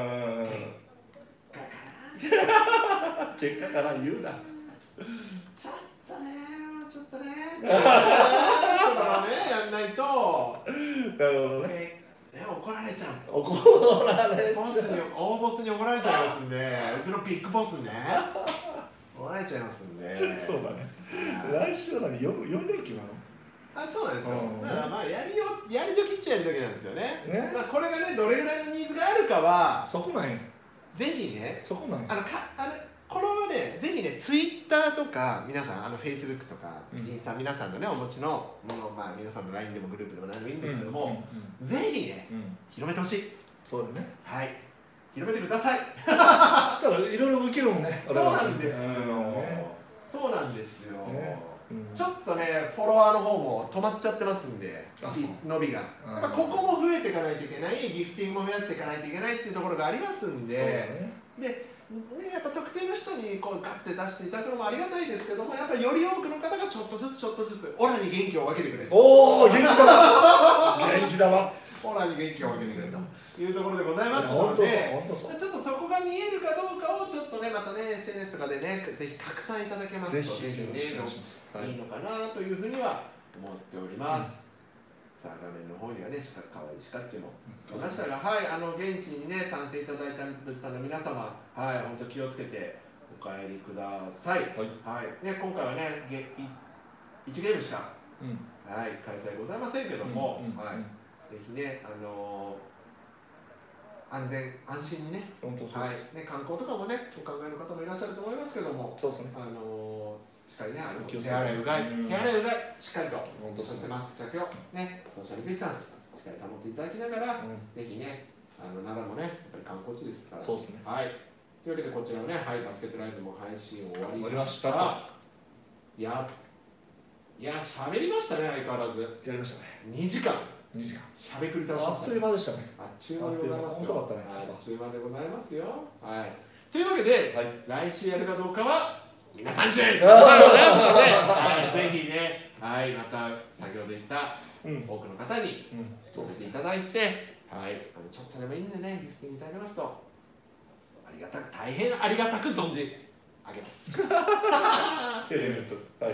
な。結果から言うな。 ちょっとね、もうちょっとね。だからね、やんないと。 なるほどね。 ね、怒られちゃう。 怒られちゃう。 ボスに、大ボスに怒られちゃいますんで、うちのビッグボスね。怒られちゃいますんで。 そうだね。来週は何、四四連休なの？ あ、そうなんですよ。だからまあやりよやり時っちゃやり時なんですよね。ね、まあこれがねどれぐらいのニーズがあるかはそこなんや。 ぜひね。 そこなんや。 あのかあのこれはねぜひねツイッターとか皆さんあのフェイスブックとか、うん、インスタ皆さんのねお持ちのものまあ皆さんのラインでもグループでも何でもいいんですけども、うんうんうん、ぜひね、うん、広めてほしい。 そうだね。 はい。広めてください。 そしたらいろいろ受けるもんね。 そうなんですよ。そうなんですよ。ちょっとね、フォロワーの方も止まっちゃってますんで、伸びが。まあ、ここも増えていかないといけない、ギフティングも増やしていかないといけないっていうところがありますんで、ね、で、ね、やっぱ特定の人にこうガッて出していただくのもありがたいですけども、やっぱりより多くの方がちょっとずつちょっとずつ、オラに元気を分けてくれる。 おー、元気だわ元気だわオラに元気を分けてくれるというところでございますので、ちょっとそこが見えるかどうかをちょっとね、またね、エスエヌエス とかでね、ぜひ拡散いただけますと、ぜひね、いいのかなというふうには思っております。うん、さあ、画面の方にはね、しかかわいいしかっていうのも来ましたが、はい、あの現地にね、参戦いただいた物産の皆様、はい、本当気をつけてお帰りください。はい、はい、ね、今回はね、いちゲームしか、うん、はい、開催ございませんけども、うんうん、はい、ぜひね、あのー安全安心にね、はい、ね、観光とかもね、お考えの方もいらっしゃると思いますけども、そうですね、あのー、しっかりね、あの手洗い、うがい、手洗い、うがい、しっかりと、そしてマスク着用、ね、ソーシャルディスタンス、しっかり保っていただきながら、うん、ぜひね、あの奈良もね、やっぱり観光地ですから、そうですね。はい。というわけで、こちらのね、はい、バスケットライブも配信終わりました。いや、いや、喋りましたね、相変わらず。やりましたね。にじかん。にじかんしゃべくり倒しました。あっという間でしたね。あっちゅう間でございますよ。面白かったね。あっちゅう間でございますよ。はい。というわけで、はい、来週やるかどうかは皆さん次第でございますので、はい、ぜひね、はい、また先ほど言った多くの方に乗せていただいて、はい、あのちょっとでもいいんでね、ギフティングいただけますと、ありがたく、大変ありがたく存じあげます。テレビと。はい。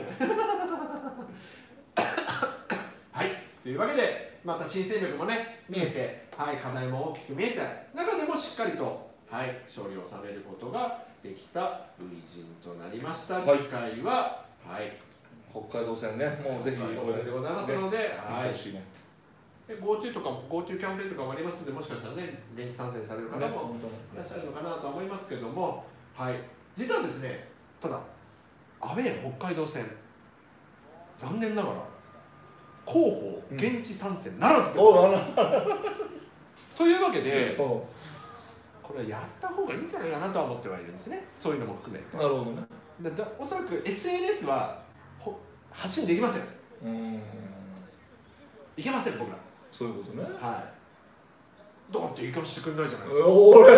はい、というわけで。また新戦力もね見えて、はい、課題も大きく見えた中でもしっかりと、はい、勝利を収めることができた初陣となりました。はい、次回は、はい、北海道戦ね、もうぜひ北海道戦でございますので、はい、GoTo とかも GoTo キャンペーンとかもありますので、もしかしたらね現地参戦される方もいらっしゃるのかなと思いますけども、はい、実はですね、ただアウェー北海道戦残念ながら候補現地参戦ならず、うん、というわけでこれはやった方がいいんじゃないかなとは思ってはいるんですね。そういうのも含め。なるほどね。だだおそらく エスエヌエス は発信できません。うん、いけません僕ら。そういうことね。はい。だって行かしてくれないじゃないですか。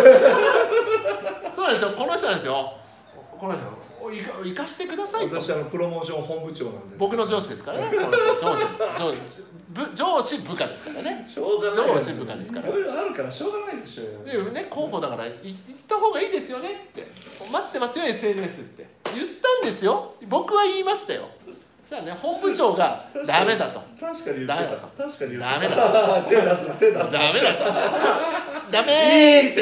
そうなんですよ。この人なんですよ。この人。生かしてくださいと。私はプロモーション本部長なんで、僕の上司ですからね。上司です上司部下ですからね。しょうがない。上司部下ですから。いろいろあるからしょうがないでしょう。でね、候補だから行った方がいいですよねって待ってますよ エスエヌエス って言ったんですよ。僕は言いましたよ。そしたらね、本部長がダメだと。確かに言ってた。確かに言ってた。ダメだと。手出すな手出すな。ダメだと。ダメーって。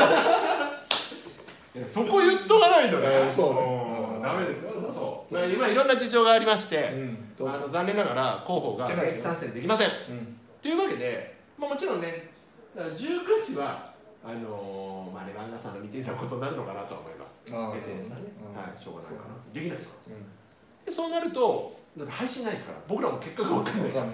そこ言っとかないとね。そうね。ダメですよ。そう。今いろんな事情がありまして、あの残念ながら候補が現地参戦できません。というわけで、まあもちろんね、だからじゅうくにちはあのまあレバンガさんの見ていたことになるのかなと思います。エスエヌエス さんね。はい、しょうがないかな。できないですか。でそうなると、だって配信ないですから、僕らも結果が分かんないから。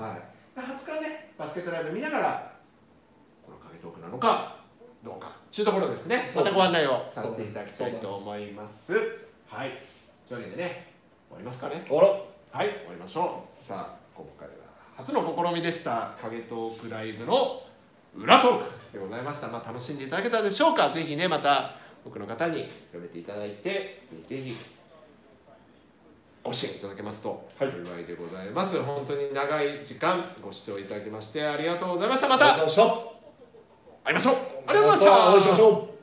はい。はつかね、バスケットライブ見ながらこの影トークなのか。どうかというところですね。またご案内をさせていただきたいと思います。はい。というわけでね、終わりますかね。終わろう。はい、終わりましょう。さあ、今回は初の試みでした影トークライブの裏トークでございました。まあ楽しんでいただけたでしょうか。ぜひね、また多くの方に広めていただいて、ぜひぜひご支援いただけますと幸いでございます。本当に長い時間ご視聴いただきましてありがとうございました。また会いましょう。ありがとうございました。 お会いしましょう。